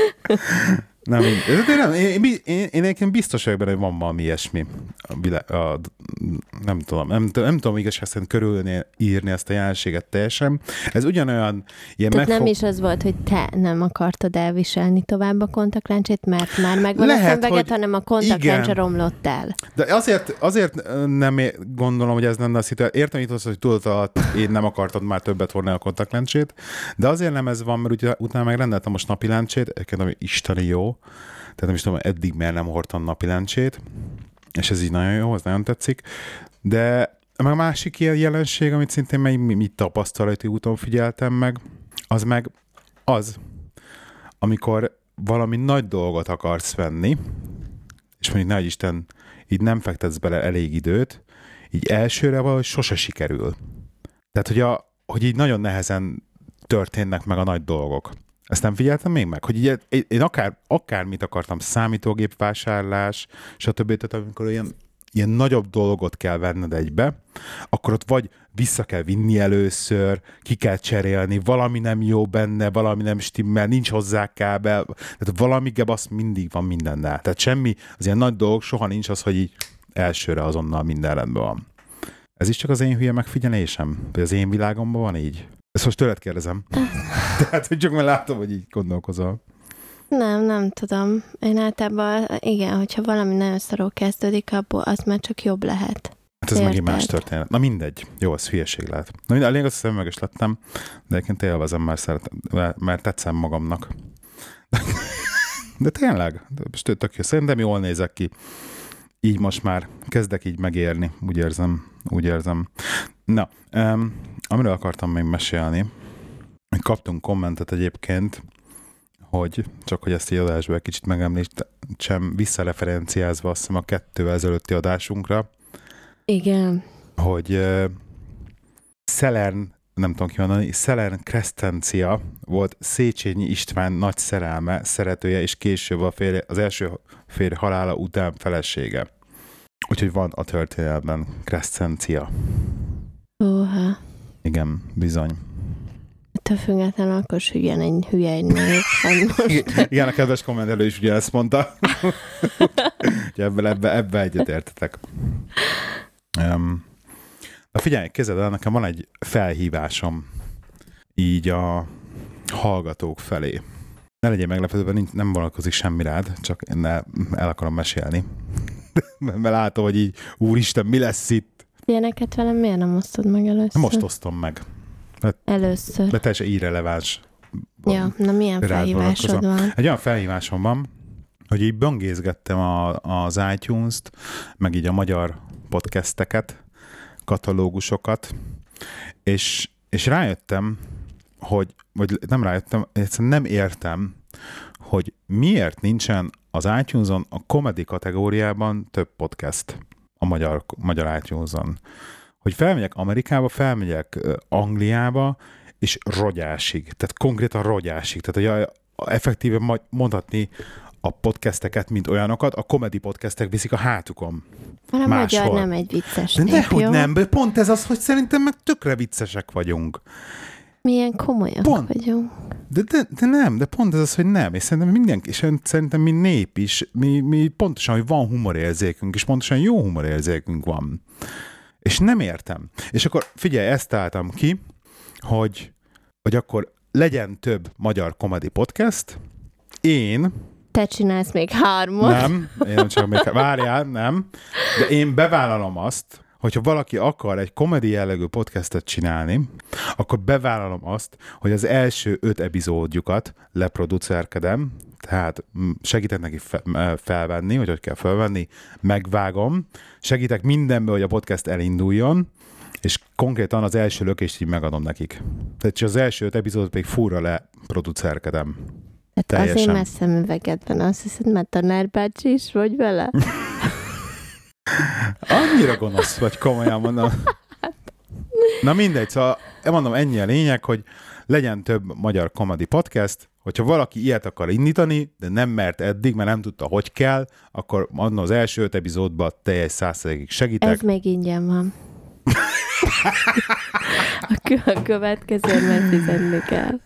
Nem, én, nem, én, én, én, én biztos vagyok benne, hogy van valami ilyesmi. A, a, nem tudom, nem, nem tudom igazság szerint körülni, írni ezt a jelenséget teljesen. Ez ugyanolyan ilyen Tehát megfog... nem is az volt, hogy te nem akartad elviselni tovább a kontaktlencsét, mert már megvan Lehet, a szemüveged, hogy... hanem a kontaktlencse romlott el. De azért, azért nem gondolom, hogy ez lenne a szituáció. Értem itt az, hogy tudod alatt én nem akartad már többet hordani a kontaktlencsét, de azért nem ez van, mert ugye, utána meg rendeltem most napi lencsét, egyébként ami isteni jó, tehát nem is tudom, eddig miért nem hordtam napi lencsét, és ez így nagyon jó, ez nagyon tetszik, de meg a másik ilyen jelenség, amit szintén meg mi tapasztalati úton figyeltem meg, az meg az, amikor valami nagy dolgot akarsz venni, és mondjuk nehogy Isten, így nem fektetsz bele elég időt, így elsőre valahogy sose sikerül. Tehát, hogy, a, hogy így nagyon nehezen történnek meg a nagy dolgok. Ezt nem figyeltem még meg? Hogy így, én akár, akármit akartam, számítógép vásárlás, stb. Tehát amikor ilyen, ilyen nagyobb dolgot kell venned egybe, akkor ott vagy vissza kell vinni először, ki kell cserélni, valami nem jó benne, valami nem stimmel, nincs hozzá kábel, tehát valami gebasz mindig van mindennel. Tehát semmi, az ilyen nagy dolgok soha nincs az, hogy így elsőre azonnal minden rendben van. Ez is csak az én hülye megfigyelésem? Vagy az én világomban van így? Ezt most tőled kérdezem. Tehát, hogy csak már látom, hogy így gondolkozol. Nem, nem tudom. Én általában, igen, hogyha valami nagyon szarul kezdődik, abból az már csak jobb lehet. Hát ez Érted? Megint más történet. Na mindegy. Jó, az hülyeség lehet. Na mindegy, a lényeg az, hogy szemüveges lettem, de egyébként élvezem, mert, szeretem, mert tetszem magamnak. De tényleg, most tök jó. Szerintem jól nézek ki. Így most már kezdek így megérni, úgy érzem. Úgy érzem. Na, um, amiről akartam még mesélni, kaptunk kommentet egyébként, hogy csak hogy ezt így adásban egy kicsit megemlítsem, visszareferenciázva azt hiszem a kettővel ezelőtti adásunkra. Igen. Hogy uh, Szelern, nem tudom ki mondani, Szelern Crescencia volt Széchenyi István nagy szerelme, szeretője, és később a férje, az első férj halála után felesége. Úgyhogy van a történetben Crescencia. Óha. Igen, bizony. Ettől függetlenül akkor is ugyan egy hülye egy név. Igen, a kedves kommentelő is ugye ezt mondta. ebben ebbe, ebbe egyetértetek. Um, na figyelj, kézzed el, nekem van egy felhívásom így a hallgatók felé. Ne legyél meglepődve, nem vonatkozik semmi rád, csak én el akarom mesélni. Mert látom, hogy így, úristen, mi lesz itt? Ilyeneket velem miért nem osztod meg először? Most osztom meg. Mert, először. De teljesen irreleváns. Ja, na milyen felhívásod van? Egy olyan felhívásom van, hogy így böngészgettem a, az iTunes-t, meg így a magyar podcasteket, katalógusokat, és, és rájöttem, hogy, vagy nem rájöttem, egyszerűen nem értem, hogy miért nincsen az iTunes-on a comedy kategóriában több podcast a magyar, magyar iTunes-on. Hogy felmegyek Amerikába, felmegyek Angliába, és rogyásig. Tehát konkrétan rogyásig. Tehát, hogy effektíven mondhatni a podcasteket, mint olyanokat, a comedy podcastek viszik a hátukon. A Máshol. magyar nem egy vicces de nép, nehogy jó? nem, pont ez az, hogy szerintem meg tökre viccesek vagyunk. Milyen komolyak Pont. vagyunk. De, de, de nem, de pont ez az, hogy nem. És szerintem mindenki, és szerintem mi nép is, mi, mi pontosan, hogy van humorérzékünk, és pontosan jó humorérzékünk van. És nem értem. És akkor figyelj, ezt álltam ki, hogy, hogy akkor legyen több magyar comedy podcast. Én... Te csinálsz még hármat. Nem, én csak még... Várjál, nem. De én bevállalom azt, hogyha valaki akar egy komedi jellegű podcastet csinálni, akkor bevállalom azt, hogy az első öt epizódjukat leproducerkedem, tehát segítek neki fe- felvenni, hogy hogy kell felvenni, megvágom, segítek mindenbe, hogy a podcast elinduljon, és konkrétan az első lökést így megadom nekik. Tehát az első öt epizódot még fúra leproducerkedem. Hát azért már szemüvegedben azt hiszed, mert Tanár bácsi is vagy vele? Annyira gonosz vagy, komolyan mondom. Na mindegy, szóval mondom, ennyi a lényeg, hogy legyen több magyar comedy podcast, hogyha valaki ilyet akar indítani, de nem mert eddig, mert nem tudta, hogy kell, akkor mondom, az első öt epizódban teljes százszerzékig segítek. Ez még ingyen van. A következőt már fizetni kell.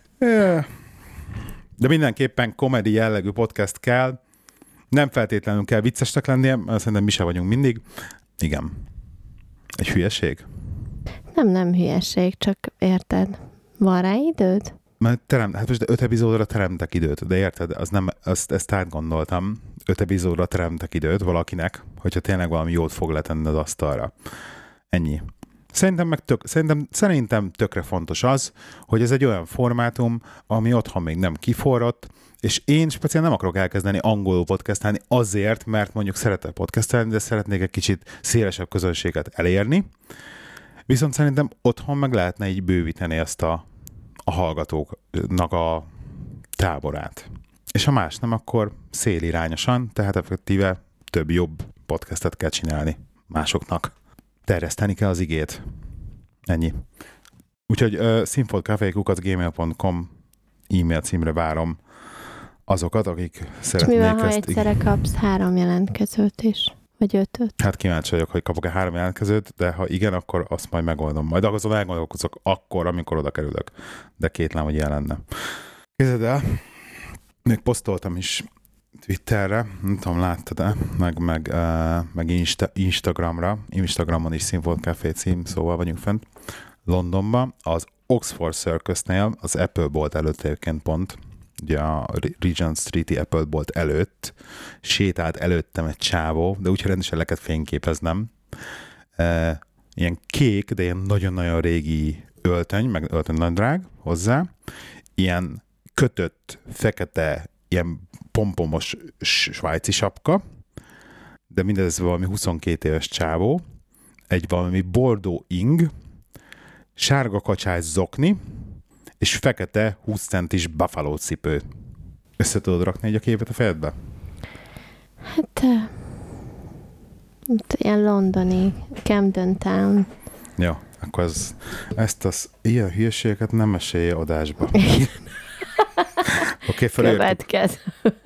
De mindenképpen comedy jellegű podcast kell. Nem feltétlenül kell viccesnek lennie, mert szerintem mi se vagyunk mindig. Igen. Egy hülyeség? Nem, nem hülyeség, csak érted. Van rá időd? Mert terem, hát most öt epizódra teremtek időt, de érted, az nem, azt, ezt átgondoltam. Öt epizódra teremtek időt valakinek, hogyha tényleg valami jót fog letenni az asztalra. Ennyi. Szerintem, meg tök, szerintem, szerintem tökre fontos az, hogy ez egy olyan formátum, ami otthon még nem kiforrott, és én speciál nem akarok elkezdeni angolul podcastelni azért, mert mondjuk szeretek podcastelni, de szeretnék egy kicsit szélesebb közönséget elérni. Viszont szerintem otthon meg lehetne így bővíteni ezt a, a hallgatóknak a táborát. És ha más nem, akkor szélirányosan, tehát effektíve több jobb podcastet kell csinálni másoknak. Terjeszteni kell az igét. Ennyi. Úgyhogy uh, színfoltcafé kukac gmail pont com e-mail címre várom azokat, akik szeretnék mi van, ha ezt... egyszerre kapsz három jelentkezőt is? Vagy ötöt? Hát kíváncsi vagyok, hogy kapok-e három jelentkezőt, de ha igen, akkor azt majd megoldom. Majd azon elgondolkozok akkor, amikor oda kerülök. De kétlem, hogy ilyen lenne. Képzeld el, még posztoltam is Twitterre, nem tudom, láttad-e, meg, meg, uh, meg Insta, Instagramra, Instagramon is Színfolt Café cím, szóval vagyunk fent, Londonban, az Oxford Circusnél, az Apple bolt előtt egyébként pont, ugye a Regent Street-i Apple bolt előtt, sétált előttem egy csávó, de úgyhogy rendesen le kellett fényképeznem. Uh, ilyen kék, de ilyen nagyon-nagyon régi öltöny, meg öltönynadrág hozzá, ilyen kötött, fekete, ilyen pompomos svájci sapka, de mindez valami huszonkét éves csávó, egy valami bordó ing, sárga kacsás zokni, és fekete húsz centis buffalo cipő. Össze tudod rakni egy a képet a fejedbe? Hát, uh, ilyen londoni, Camden Town. Jó, akkor ez, ezt az ilyen hülyeségeket nem mesélje adásba. Oké, okay, Következő.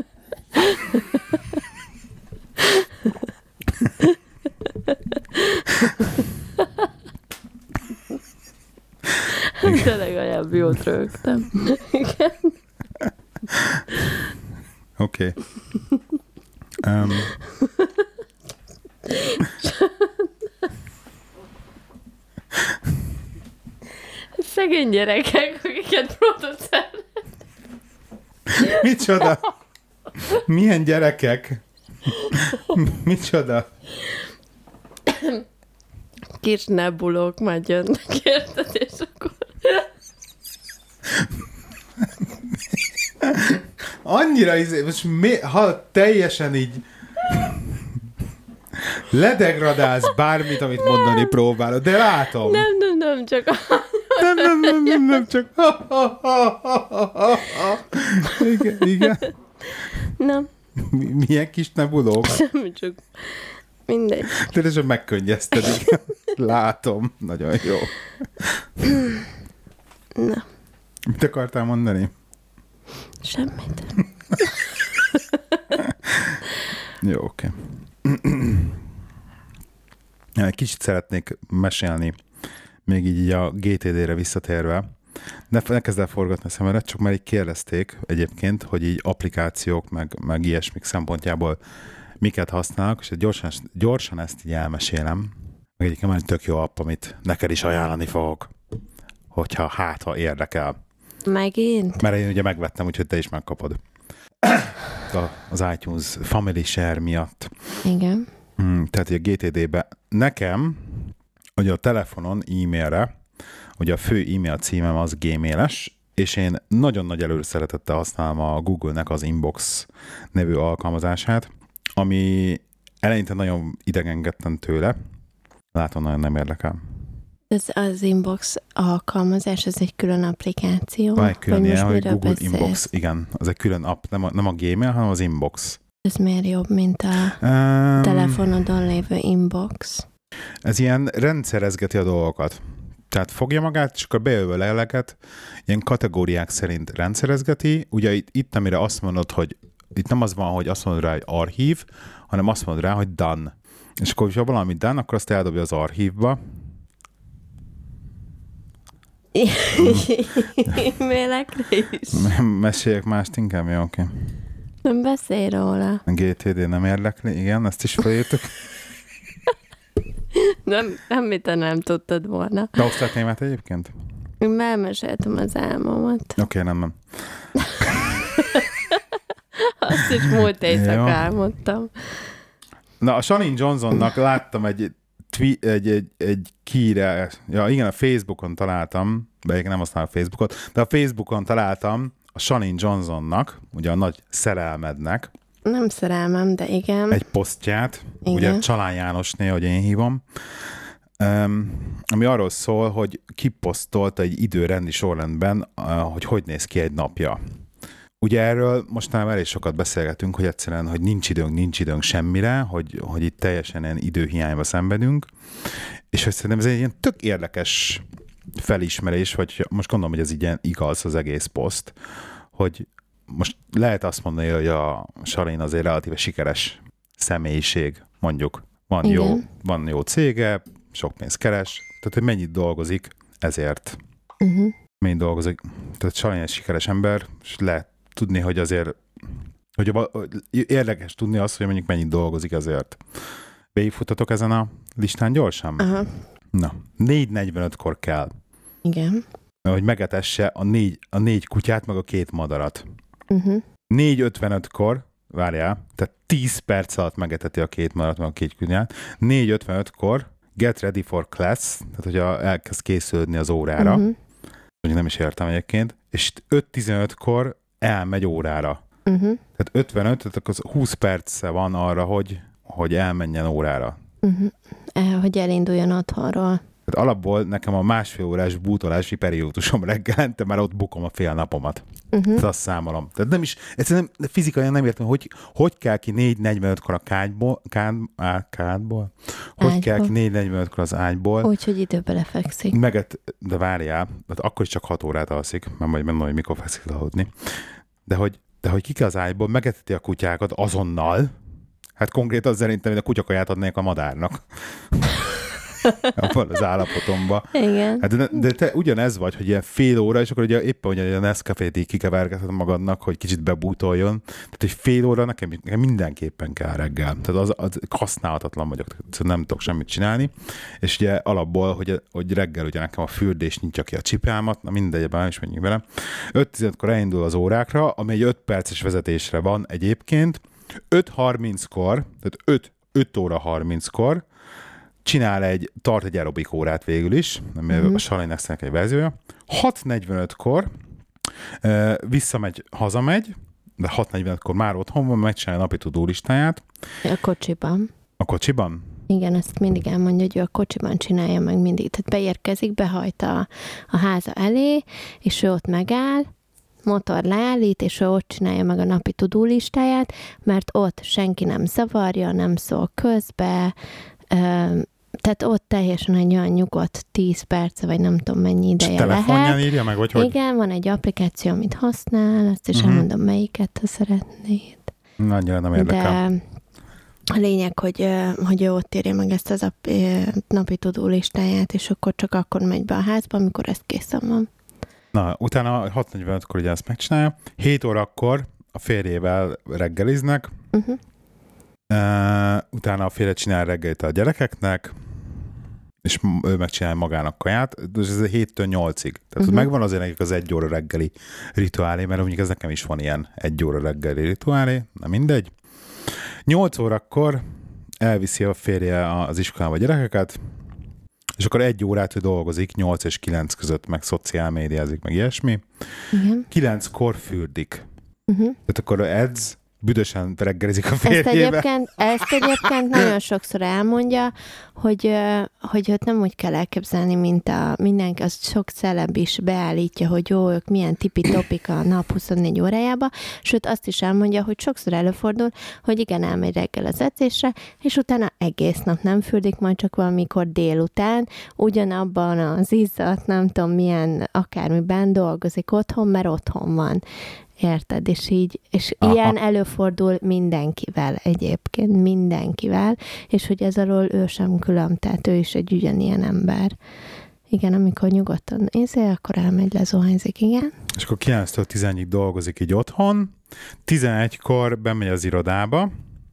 De legalább jót rögtem. Igen. Oké. Okay. Um. Szegény gyerekek, akiket producer. Micsoda? Milyen gyerekek? Micsoda? Kis nebulók majd jönnek, érted, és akkor... Annyira izé, most mi, ha teljesen így ledegradálsz bármit, amit mondani próbálod, de látom. Nem, nem, nem, csak... Nem, nem, nem, nem, nem, csak... Igen, igen. Nem. Milyen kis nebulók? Semmi, csak mindegy. Tényleg megkönnyezted, igen. Látom. Nagyon jó. Na. Mit akartál mondani? Semmit. Jó, oké. Okay. Kicsit szeretnék mesélni, még így a gé té dé-re visszatérve. Ne, ne kezd el forgatni a szemedet, csak már így kérdezték egyébként, hogy így applikációk, meg, meg ilyesmik szempontjából miket használnak, és gyorsan, gyorsan ezt így elmesélem. Meg egyébként már egy tök jó app, amit neked is ajánlani fogok, hogyha hát, ha érdekel. Megint? Mert én ugye megvettem, úgyhogy te is megkapod. Az iTunes Family Share miatt. Igen. Hmm, tehát, hogy a gé té dé-be nekem, hogy a telefonon e-mailre, ugye a fő e-mail címem az gmailes, és én nagyon nagy előszeretettel használom a Google-nek az Inbox nevű alkalmazását, ami eleinte nagyon idegengettem tőle. Látom, nagyon nem érdekel. Ez az Inbox alkalmazás, ez egy külön applikáció? Van egy külön ilyen, hogy Google beszélsz? Inbox, igen. Az egy külön app, nem a, nem a Gmail, hanem az Inbox. Ez miért jobb, mint a um, telefonodon lévő Inbox? Ez ilyen rendszerezgeti a dolgokat. Tehát fogja magát, és akkor bejövő leveleket ilyen kategóriák szerint rendszerezgeti. Ugye itt, itt, amire azt mondod, hogy itt nem az van, hogy azt mondod rá, hogy archív, hanem azt mondod rá, hogy done. És akkor, ha valami done, akkor azt eldobja az archívba. E-mailekre is. Meséljek mást inkább? Jó, oké. Okay. Nem beszélj róla. A gé té dé nem érdekli, igen, ezt is felírtuk. Nem, semmit nem tudtad volna. Te osztál témát egyébként? Én elmeséltem az álmomat. Oké, okay, nem, nem. Azt is múlt éjszaka álmodtam. Na, a Shannon Johnsonnak láttam egy, twi- egy, egy, egy kiírás, ja igen, a Facebookon találtam, de nem használom a Facebookot, de a Facebookon találtam a Shannon Johnsonnak, ugye a nagy szerelmednek, nem szerelmem, de igen. egy posztját, igen. Ugye Csalán Jánosné, hogy én hívom, um, ami arról szól, hogy kiposztolta egy időrendi sorrendben, uh, hogy hogy néz ki egy napja. Ugye erről mostanában elég sokat beszélgetünk, hogy egyszerűen, hogy nincs időnk, nincs időnk semmire, hogy, hogy itt teljesen ilyen időhiányba szenvedünk, és hogy szerintem ez egy ilyen tök érdekes felismerés, vagy most gondolom, hogy ez így ilyen igaz az egész poszt, hogy most lehet azt mondani, hogy a Shalin azért relatíve sikeres személyiség, mondjuk. Van jó, van jó cége, sok pénzt keres, tehát hogy mennyit dolgozik ezért. Uh-huh. Mennyit dolgozik. Tehát Shalin egy sikeres ember, és lehet tudni, hogy azért, hogy érdekes tudni azt, hogy mondjuk mennyit dolgozik ezért. Végigfutatok ezen a listán gyorsan? Aha. Na, négy negyvenötkor kell. Igen. Hogy megetesse a négy, a négy kutyát, meg a két madarat. Uh-huh. négy ötvenötkor, várjál, tehát tíz perc alatt megeteti a két madarat, meg a két kutyát. négy ötvenötkor get ready for class, tehát hogyha elkezd készülni az órára, uh-huh. hogy nem is értem egyébként, és öt tizenötkor elmegy órára. Uh-huh. Tehát ötvenöt, tehát akkor húsz perce van arra, hogy, hogy elmenjen órára. Uh-huh. El, hogy elinduljon otthonról. Tehát alapból nekem a másfél órás bútolási periódusom reggelente, már ott bukom a fél napomat. Uh-huh. Tehát azt számolom. Tehát nem is, egyszerűen nem, fizikaian nem értem, hogy hogy kell ki négy negyvenötkor a kágyból, kád, á, kádból? Hogy ágyból. Kell ki négy negyvenötkor az ágyból? Úgy, hogy időbe lefekszik. Meget, de várjál, tehát akkor is csak hat órát alszik, mert majd benne, hogy mikor fekszik aludni. De hogy, de hogy ki kell az ágyból, megeteti a kutyákat azonnal, hát konkrétan szerintem, hogy a kutyakaját adnék a madárnak. Van az állapotomban. Igen. Hát de, de te ugyanez vagy, hogy ilyen fél óra, és akkor ugye éppen ugye a Nescafét így kikevergeted magadnak, hogy kicsit bebútoljon. Tehát egy fél óra nekem, nekem mindenképpen kell reggel. Tehát az, az használhatatlan vagyok, nem tudok semmit csinálni. És ugye alapból, hogy, hogy reggel ugye nekem a fürdés nyitja ki a csipámat, na mindegyben is menjünk vele. öt tizenötkor elindul az órákra, ami egy öt perces vezetésre van egyébként. öt harminckor, tehát öt óra harminckor csinál egy, tart egy aerobik órát végül is, ami uh-huh. a Shalin Excelnek egy verziója. hat negyvenötkor uh, visszamegy, hazamegy, de hat negyvenötkor már otthon van, megcsinálja a napi tudó listáját. A kocsiban. A kocsiban? Igen, ezt mindig elmondja, hogy ő a kocsiban csinálja meg mindig. Tehát beérkezik, behajt a, a háza elé, és ő ott megáll, motor leállít, és ő ott csinálja meg a napi tudó listáját, mert ott senki nem zavarja, nem szól közbe, uh, tehát ott teljesen egy olyan nyugodt tíz perce, vagy nem tudom mennyi ideje lehet. Telefonján írja meg, vagy hogy? Igen, van egy applikáció, amit használ, azt is uh-huh. elmondom, melyiket, ha szeretnéd. Nagyon nem érdekel. De lényeg, hogy, hogy ő ott írja meg ezt az a napi tudó listáját, és akkor csak akkor megy be a házba, amikor ez készen van. Na, utána hat negyvenötkor ugye ezt megcsinálja. hét órakor a férjével reggeliznek, uh-huh. uh, utána a férje csinál reggelit a gyerekeknek, és ő megcsinálja magának kaját, és ez héttől nyolcig. Tehát uh-huh. megvan azért nekik az egy óra reggeli rituálé, mert mondjuk ez nekem is van ilyen egy óra reggeli rituálé, na mindegy. nyolc órakor elviszi a férje az iskolába a gyerekeket, és akkor egy órát ő dolgozik, nyolc és kilenc között, meg szociál médiázik, meg ilyesmi. Igen. kilenckor fürdik. Uh-huh. Tehát akkor edz, büdösen reggelizik a férjével. Ezt egyébként, ezt egyébként nagyon sokszor elmondja, hogy, hogy ott nem úgy kell elképzelni, mint a mindenki, az sok celeb is beállítja, hogy jó, ők milyen tipi-topik a nap huszonnégy órájába, sőt azt is elmondja, hogy sokszor előfordul, hogy igen, elmegy reggel az edzésre, és utána egész nap nem fürdik, majd csak valamikor délután, ugyanabban az izzat, nem tudom milyen, akármiben dolgozik otthon, mert otthon van. Érted? És így, és Aha. ilyen előfordul mindenkivel egyébként, mindenkivel, és hogy ez alól ő sem külön, tehát ő is egy ugyanilyen ember. Igen, amikor nyugodtan nézel, akkor elmegy, lezuhanyzik, igen. És akkor kilenctől tizenegyig dolgozik így otthon, tizenegykor bemegy az irodába,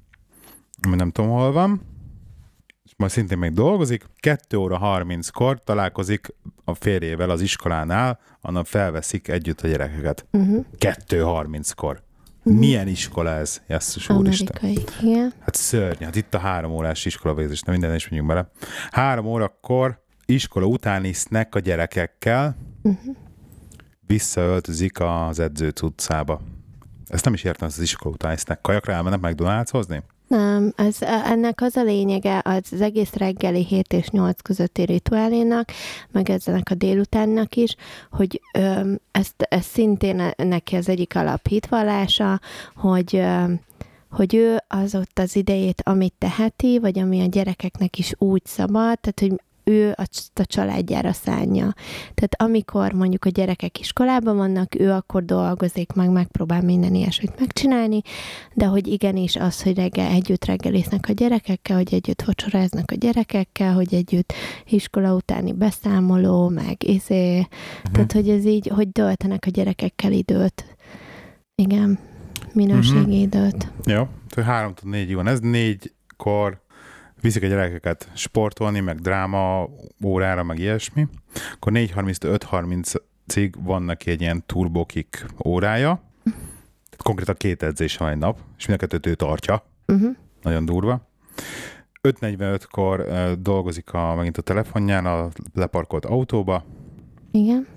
ami nem tudom, hol van, és majd szintén még dolgozik, kettő óra harminckor találkozik a férjével az iskolánál, annak felveszik együtt a gyerekeket. Uh-huh. kettő harminckor. Uh-huh. Milyen iskola ez? Jesszus úristen. Amerikai, igen. Hát szörny, hát itt a három órás iskolavégzés, nem minden is mondjuk bele. Három órakor iskola utáni snack a gyerekekkel, uh-huh. visszaöltözik az edzőcuccába. Ezt nem is értem, az iskola utáni snack. Kajakra elmennek McDonald's-hozni? Nem, ez, ennek az a lényege az, az egész reggeli hét és nyolc közötti rituálénak, meg ezzenek a délutánnak is, hogy ö, ezt, ez szintén neki az egyik alapítvallása, hogy, ö, hogy ő az ott az idejét, amit teheti, vagy ami a gyerekeknek is úgy szabad, tehát hogy ő a, a családjára szánja. Tehát amikor mondjuk a gyerekek iskolában vannak, ő akkor dolgozik, meg megpróbál minden ilyesmit megcsinálni, de hogy igenis az, hogy reggel együtt reggeliznek a gyerekekkel, hogy együtt vacsoráznak a gyerekekkel, hogy együtt iskola utáni beszámoló, meg izé, uh-huh. tehát hogy ez így, hogy töltenek a gyerekekkel időt. Igen, minőségi uh-huh. időt. Jó, tehát háromtól négyig van ez, négykor viszik a gyerekeket sportolni, meg dráma órára, meg ilyesmi. Akkor négy harminctől öt harmincig van neki egy ilyen turbokik órája. Tehát konkrétan két edzés van egy nap, és mind a kettőt ő tartja. Uh-huh. Nagyon durva. öt negyvenötkor uh, dolgozik a, megint a telefonján, a leparkolt autóba. Igen.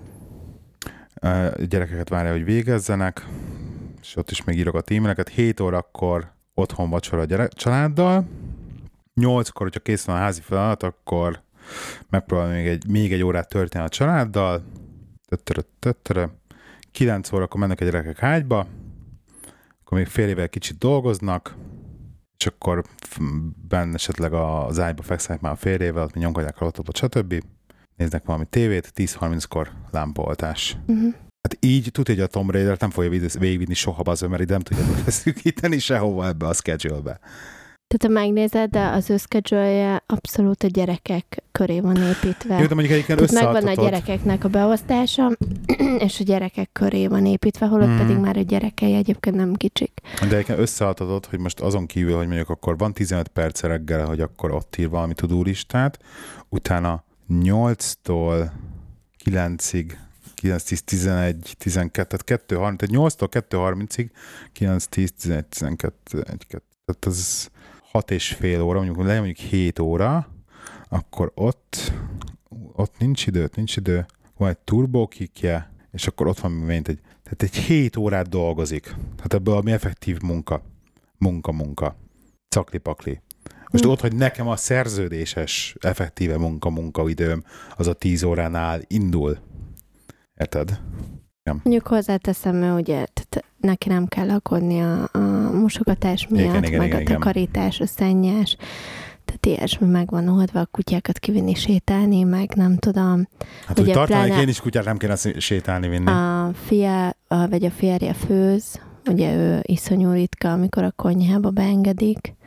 Uh, gyerekeket várja, hogy végezzenek, és ott is még írogat e-maileket. hét órakor otthon vacsora a gyerek, családdal. nyolckor, hogyha kész van a házi feladat, akkor megpróbál még egy, még egy órát tölteni a családdal. Töttöre, töttöre. kilenc órakor mennek a gyerekek ágyba, akkor még fél évvel kicsit dolgoznak, és akkor benne esetleg az ágyba fekszenek már a férjével, ott nyomkodják a laptopot, stb. Néznek valami tévét, tíz harminckor lámpaoltás. Uh-huh. Hát így tudja, hogy a Tomb Raider nem fogja végigvinni soha az, mert így nem tudja beszűkíteni sehova ebbe a schedule-be. Tehát ha megnézed, de az ő schedule-je abszolút a gyerekek köré van építve. Jó, de mondjuk egyébként összeadhatod. Megvan a gyerekeknek a beosztása, és a gyerekek köré van építve, holott mm. pedig már a gyerekei egyébként nem kicsik. De egyébként összeadhatod, hogy most azon kívül, hogy mondjuk akkor van tizenöt perc reggel, hogy akkor ott ír valami tudóristát, utána nyolctól kilencig, kilenc, tíz, tizenegy, tizenkettő, tehát kettő harminc, tehát nyolctól kettő harmincig, kilenc, tíz, tizenegy, tizenkettő, egy, kettő, tehát az hat és fél óra, mondjuk legyen mondjuk hét óra, akkor ott, ott nincs idő, nincs idő, van egy turbókikje, és akkor ott van mint egy, tehát egy hét órát dolgozik. Tehát ebből ami effektív munka, munka, munka, cakli-pakli. Most hm. ott, hogy nekem a szerződéses, effektíve munka-munkaidőm az a tíz óránál indul. Érted? Ja. Mondjuk hozzáteszem, mert ugye neki nem kell aggódni a, a mosogatás miatt, igen, igen, meg igen, a takarítás, a szennyes, tehát ilyesmi meg van oldva, a kutyákat kivinni sétálni, meg nem tudom. Hát úgy tartanék én is kutyát, nem kéne sétálni vinni. A fia, a, vagy a férje főz, ugye ő iszonyú ritka, amikor a konyhába beengedik,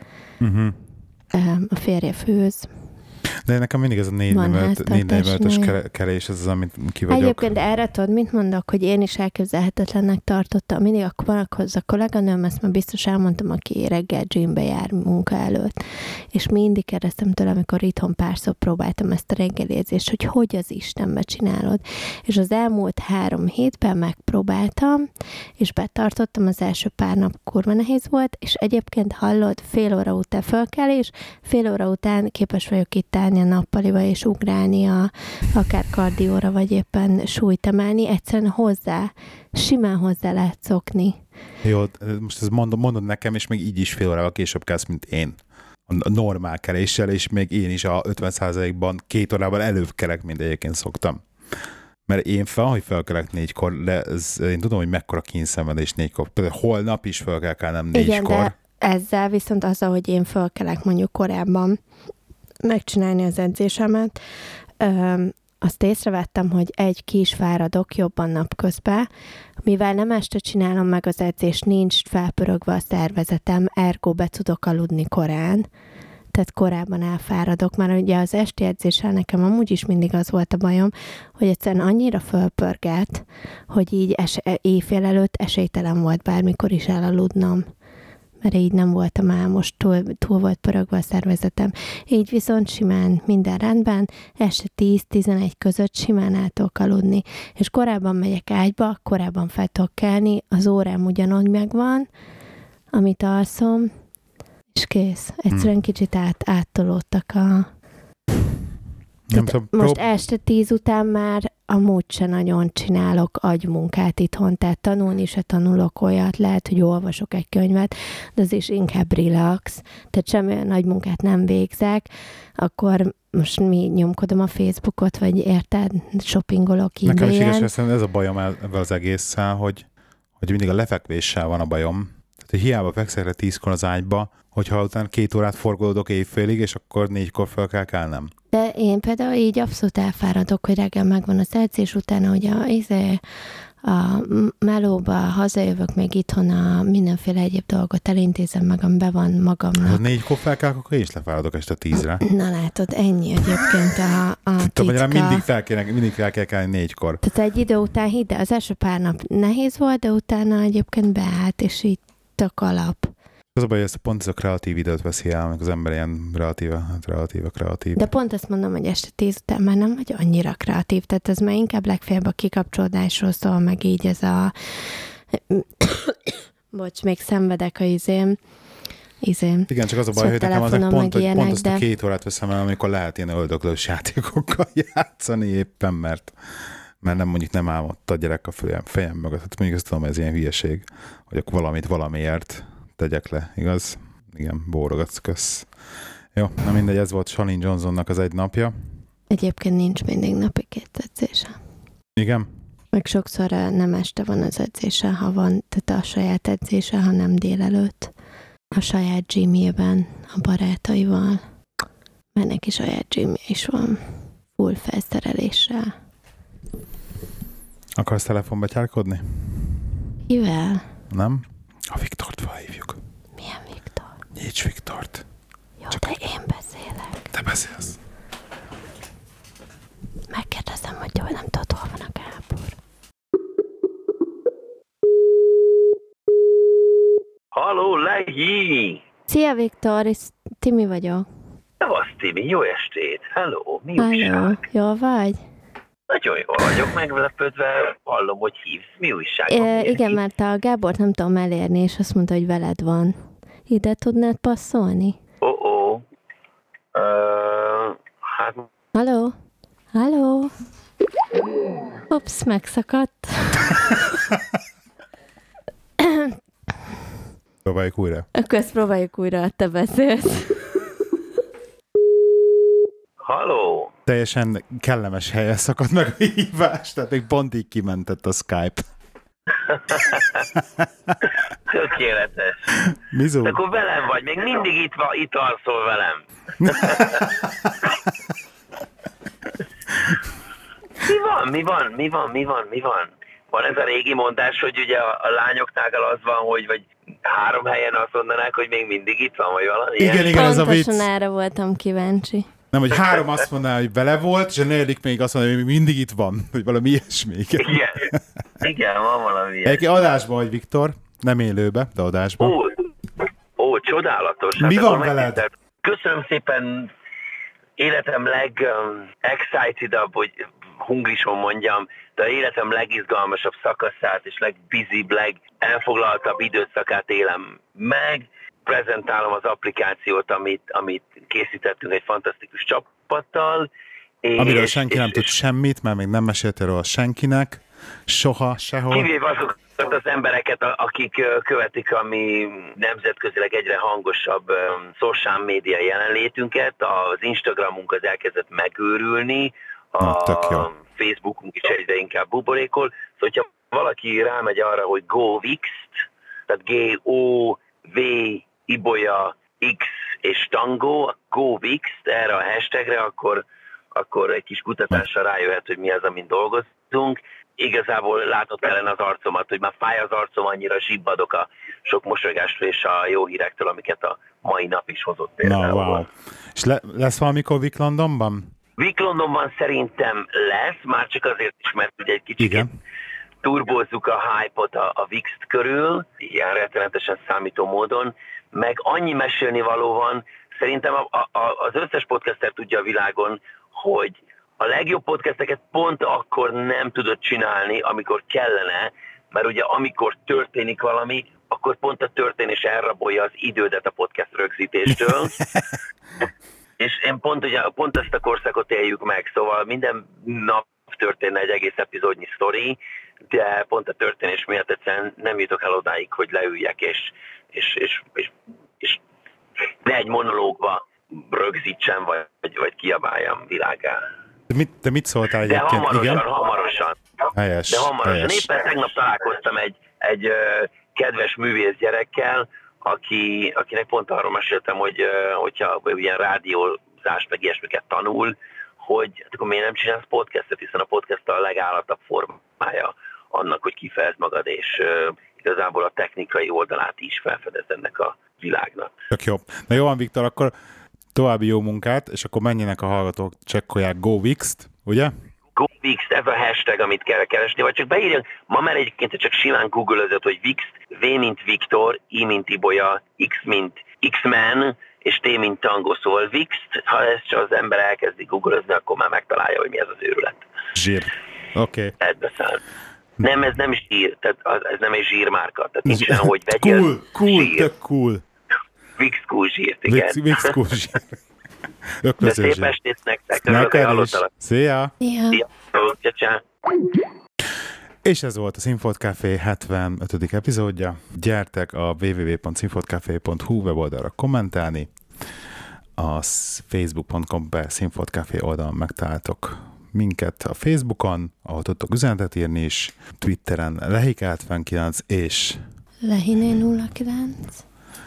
Uh-huh. A férje főz. De nekem mindig ez a négy négyszáz ötös kelés, ez az, amit ki vagyok. Egyébként erre tudod, mit mondok, hogy én is elképzelhetetlennek tartottam. Mindig akkor van ahhoz a kolléganőm, ezt már biztos elmondtam, aki reggel gymbe jár munka előtt. És mindig kérdeztem tőle, amikor itthon párszor próbáltam ezt a reggelizést, hogy hogy az Istenbe csinálod. És az elmúlt három hétben megpróbáltam, és betartottam, az első pár nap kurva nehéz volt, és egyébként hallod, fél óra után fölkelés, fél óra után képes vagyok itt állni a nappaliba és ugrálni a, akár kardióra, vagy éppen súlyt emelni, egyszerűen hozzá, simán hozzá lehet szokni. Jó, most ezt mondod, mondod nekem, és még így is fél órával később kezd, mint én. A normál keléssel, és még én is a ötven százalékban két órával előbb kelek, mint egyébként szoktam. Mert én fel, hogy felkelek négykor, de ez, én tudom, hogy mekkora kényszenvedés négykor. Például holnap is fel kell kelnem négykor. Igen, de ezzel viszont azzal, hogy én felkelek mondjuk korábban, megcsinálni az edzésemet, Ö, azt észrevettem, hogy egy kis fáradok jobban napközben, mivel nem este csinálom meg az edzést, nincs felpörögve a szervezetem, ergo be tudok aludni korán, tehát korábban elfáradok, mert ugye az esti edzéssel nekem amúgy is mindig az volt a bajom, hogy egyszerűen annyira fölpörgett, hogy így es- éjfél előtt esélytelen volt bármikor is elaludnom, mert így nem voltam álmos, túl, túl volt pörögve a szervezetem. Így viszont simán minden rendben, este tíz-tizenegy között simán el tudok aludni. És korábban megyek ágyba, korábban fel tudok kelni, az órám ugyanúgy megvan, amit alszom, és kész. Egyszerűen kicsit át, áttolódtak a... Nem tudom, most prób- este tíz után már amúgy se nagyon csinálok agymunkát itthon, tehát tanulni se tanulok olyat, lehet, hogy olvasok egy könyvet, de az is inkább relax, tehát semmilyen nagy munkát nem végzek, akkor most mi nyomkodom a Facebookot, vagy érted, shoppingolok Nekem is e-mailen. igaz, ez a bajom ezzel az egésszel, hogy, hogy mindig a lefekvéssel van a bajom. Tehát, hogy hiába fekszek le tízkor az ágyba, hogyha utána két órát forgolódok éjfélig, és akkor négykor fel kell kelnem. De én például így abszolút elfáradok, hogy reggel megvan az edzés, utána hogy a, izé, a melóba hazajövök, még itthon a mindenféle egyéb dolgot elintézem meg, ami be van magamnak. Ha négykor felkelek, akkor én is lefáradok este tízre. Na látod, ennyi egyébként a, a Tudom, titka. mindig fel kell, mindig fel kell kelni négykor. Tehát egy idő után hidd, de az első pár nap nehéz volt, de utána egyébként beállt, és így tök alap. Az a baj, hogy ezt pont ez a kreatív időt veszi el, amikor az ember ilyen relatíve, hát relatíve kreatív. De pont azt mondom, hogy este tíz után már nem vagy annyira kreatív, tehát ez már inkább legfeljebb a kikapcsolódásról szól, meg így ez a... Bocs, még szenvedek a izém. izém. Igen, csak az a baj, hogy nekem azok pont, hogy pont azt de... a két órát veszem el, amikor lehet ilyen öldöklős játékokkal játszani éppen, mert, mert nem mondjuk nem álmodt a gyerek a fejem, fejem mögött. Hát mondjuk azt tudom, hogy ez ilyen hülyeség, hogy akkor valamit valamiért tegyek le, igaz? Igen, bórogatsz, kösz. Jó, na mindegy, ez volt Shalin Johnsonnak az egy napja. Egyébként nincs mindig napi két edzése. Igen? Meg sokszor nem este van az edzése, ha van, tehát a saját edzése, hanem délelőtt. A saját gymjében, a barátaival. Mert neki saját gymje is van. Full felszereléssel. Akarsz telefonba tyárkodni? Kivel? Nem? A Viktort felhívjuk. Milyen Viktor? Nyíts Viktort. Jó, csak de én beszélek. Te beszélsz. Megkérdezem, hogy jól nem tudod, hol van a Gábor. Halló, Lehi! Szia, Viktor, és Timi vagyok. Szevasz, Timi, jó estét! Hello, mi Halló, újság? jól vagy? Nagyon jól vagyok, meglepődve hallom, hogy hívsz. Mi újság? E, igen, mert a Gábort nem tudom elérni, és azt mondta, hogy veled van. Ide tudnád passzolni? Ó-ó. Uh, hát... Halló? Halló? Ups, megszakadt. Próbáljuk újra. Akkor ezt próbáljuk újra, te beszélsz. Halló? Teljesen kellemes helyen szakadt meg a hívás, tehát még pont így kimentett a Skype. Tökéletes. Mizu? De akkor velem vagy, még mindig itt, van, itt alszol velem. Mi van, mi van, mi van, mi van, mi van? Van ez a régi mondás, hogy ugye a, a lányoknál az van, hogy vagy három helyen azt mondanák, hogy még mindig itt van, vagy valami. Igen, ilyen? igen, ez a vicc. Pontosan erre voltam kíváncsi. Nem, hogy három azt mondaná, hogy vele volt, és a negyedik még azt mondaná, hogy még mindig itt van, hogy valami ilyesmi. Igen, igen, van valami ilyesmi. Egyébként adásban vagy, Viktor, nem élőbe, de adásban. Ó, ó csodálatos. Mi hát van veled? Megtisztelt. Köszönöm szépen, életem leg-excited-abb, hogy hungrison mondjam, de életem legizgalmasabb szakaszát és legbizibb, legelfoglaltabb időszakát élem meg. Prezentálom az applikációt, amit, amit készítettünk egy fantasztikus csapattal. És, Amiről senki és, nem és, tud semmit, mert még nem meséltél róla senkinek, soha, sehol. Kivéve azokat az embereket, akik követik a mi nemzetközileg egyre hangosabb social média jelenlétünket, az Instagramunk az elkezdett megőrülni, a Na, Facebookunk is egyre inkább buborékol, szóval hogyha valaki rámegy arra, hogy GoVixt, tehát G-O-V Ibolya X és Tango, GoVixt erre a hashtagre, akkor, akkor egy kis kutatással rájöhet, hogy mi az, amin dolgozunk. Igazából látod kellene az arcomat, hogy már fáj az arcom, annyira zsibbadok a sok mosolygástól és a jó hírektől, amiket a mai nap is hozott például. Na, wow. És le, lesz valamikor Vic Londonban? Vic Londonban szerintem lesz, már csak azért is, mert ugye egy kicsit Igen. turbózzuk a hype-ot a, a Vixt körül, ilyen rettenetesen számító módon, meg annyi mesélni való van, szerintem a, a, az összes podcaster tudja a világon, hogy a legjobb podcasteket pont akkor nem tudod csinálni, amikor kellene, mert ugye amikor történik valami, akkor pont a történés elrabolja az idődet a podcast rögzítéstől. És én pont, ugye, pont ezt a korszakot éljük meg, szóval minden nap történne egy egész epizódnyi sztori, de pont a történés miatt egyszerűen nem jutok el odáig, hogy leüljek, és, és, és, és, és ne egy monológba rögzítsem, vagy, vagy kiabáljam világá. De mit, de mit szóltál De egyébként? hamarosan, Igen? hamarosan. Helyes, De hamarosan. helyes. Éppen tegnap találkoztam egy, egy uh, kedves művész gyerekkel, aki, akinek pont arról meséltem, hogy uh, hogyha ilyen rádiózás meg ilyesmiket tanul, hogy hát akkor miért nem csinálsz podcastet, hiszen a podcast a legállatabb formája annak, hogy kifejezd magad, és uh, igazából a technikai oldalát is felfedez ennek a világnak. Tök jó. Na jó van, Viktor, akkor további jó munkát, és akkor menjenek a hallgatók, csekkolják GoVixt, ugye? GoVixt, ez a hashtag, amit kell keresni, vagy csak beírjunk, ma már egyébként csak simán googlezett, hogy Vixt, V mint Viktor, I mint Ibolya, X mint X-Men, és T mint Tango, szóval Vixt, ha ezt csak az ember elkezdi googlezni, akkor már megtalálja, hogy mi ez az őrület. Zsír. Oké. Okay. Nem, ez nem zsír, tehát az, ez nem egy zsírmárka, tehát nincs olyan, hogy vegyél Cool, cool, zsír. tök cool. Vixt cool zsírt, igen. Vixt cool zsír. De szép estét nektek, örülök, hogy hallottalak. Szia! Szia! Szia! És ez volt a Színfolt Café hetvenötödik epizódja. Gyertek a double-u double-u double-u pont színfoltcafé pont hu weboldalra kommentálni. A facebook pont com per Színfolt Café oldalon megtaláltok minket a Facebookon, ahol tudtok üzenetet írni is, Twitteren Lehik hetvenkilenc és Lehiné nulla kilenc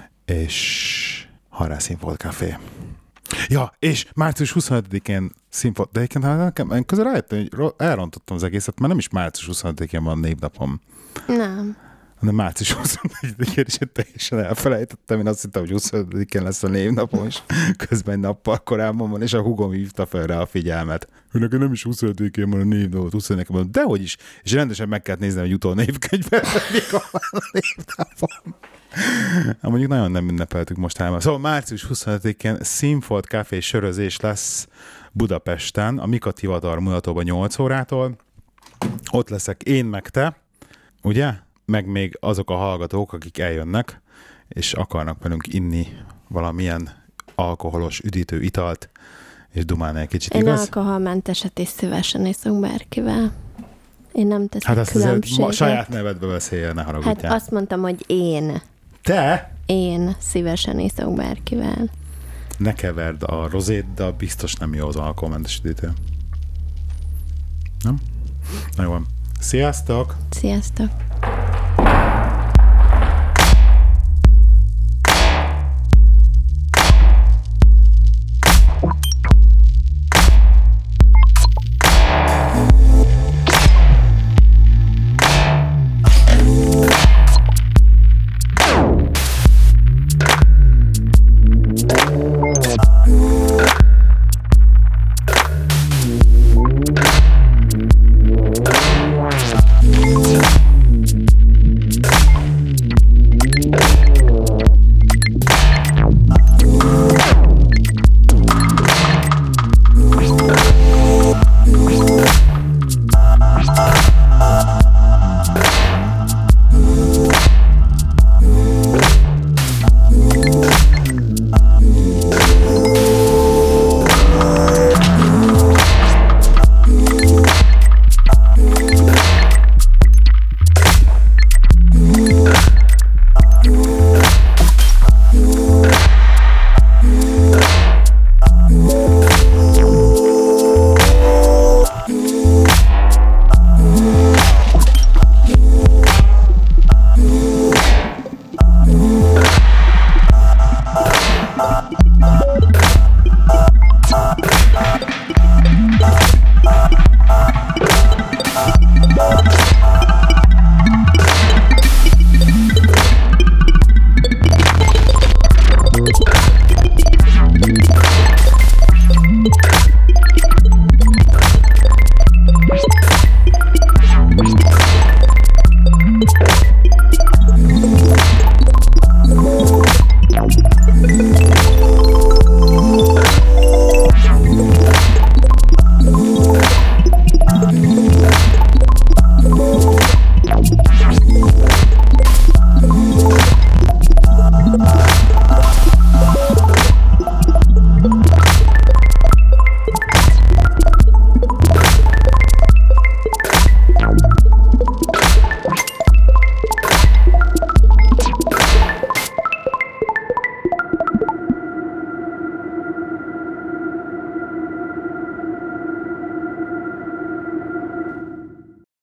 és Harrá Színfolt Café. Ja, és március huszonötödikén Színfolt, de egyébként nekem, én közben rájöttem, hogy elrontottam az egészet, mert nem is március huszonötödikén van névnapom. Nem. hanem március huszonegyedikén is teljesen elfelejtettem, én azt hittem, hogy huszonötödikén lesz a névnapom, és közben egy nappal korábban van, és a hugom hívta fel rá a figyelmet. Hogy nekem nem is huszonötödikén van a névnapot, huszonegyedikén van, dehogy is, és rendesen meg kellett nézni a jutó névkönyvben, mikor van a névnapom. Hát mondjuk nagyon nem ünnepeltük mostanában. Szóval március huszonötödikén Színfolt Café sörözés lesz Budapesten, a Mikat Hivatal mutatóban nyolc órától. Ott leszek én meg te, ugye? Meg még azok a hallgatók, akik eljönnek, és akarnak velünk inni valamilyen alkoholos, üdítő italt, és dumálni egy kicsit, én igaz? Én alkoholmenteset is szívesen iszok bárkivel. Én nem teszek hát azt különbséget. Hát saját nevedbe beszéljél, ne haragudjál. Hát azt mondtam, hogy én. Te? Én szívesen iszok bárkivel. Ne keverd a rozéddal, biztos nem jó az alkoholmentes üdítő. Nem? Na jó van. Sziasztok! Sziasztok!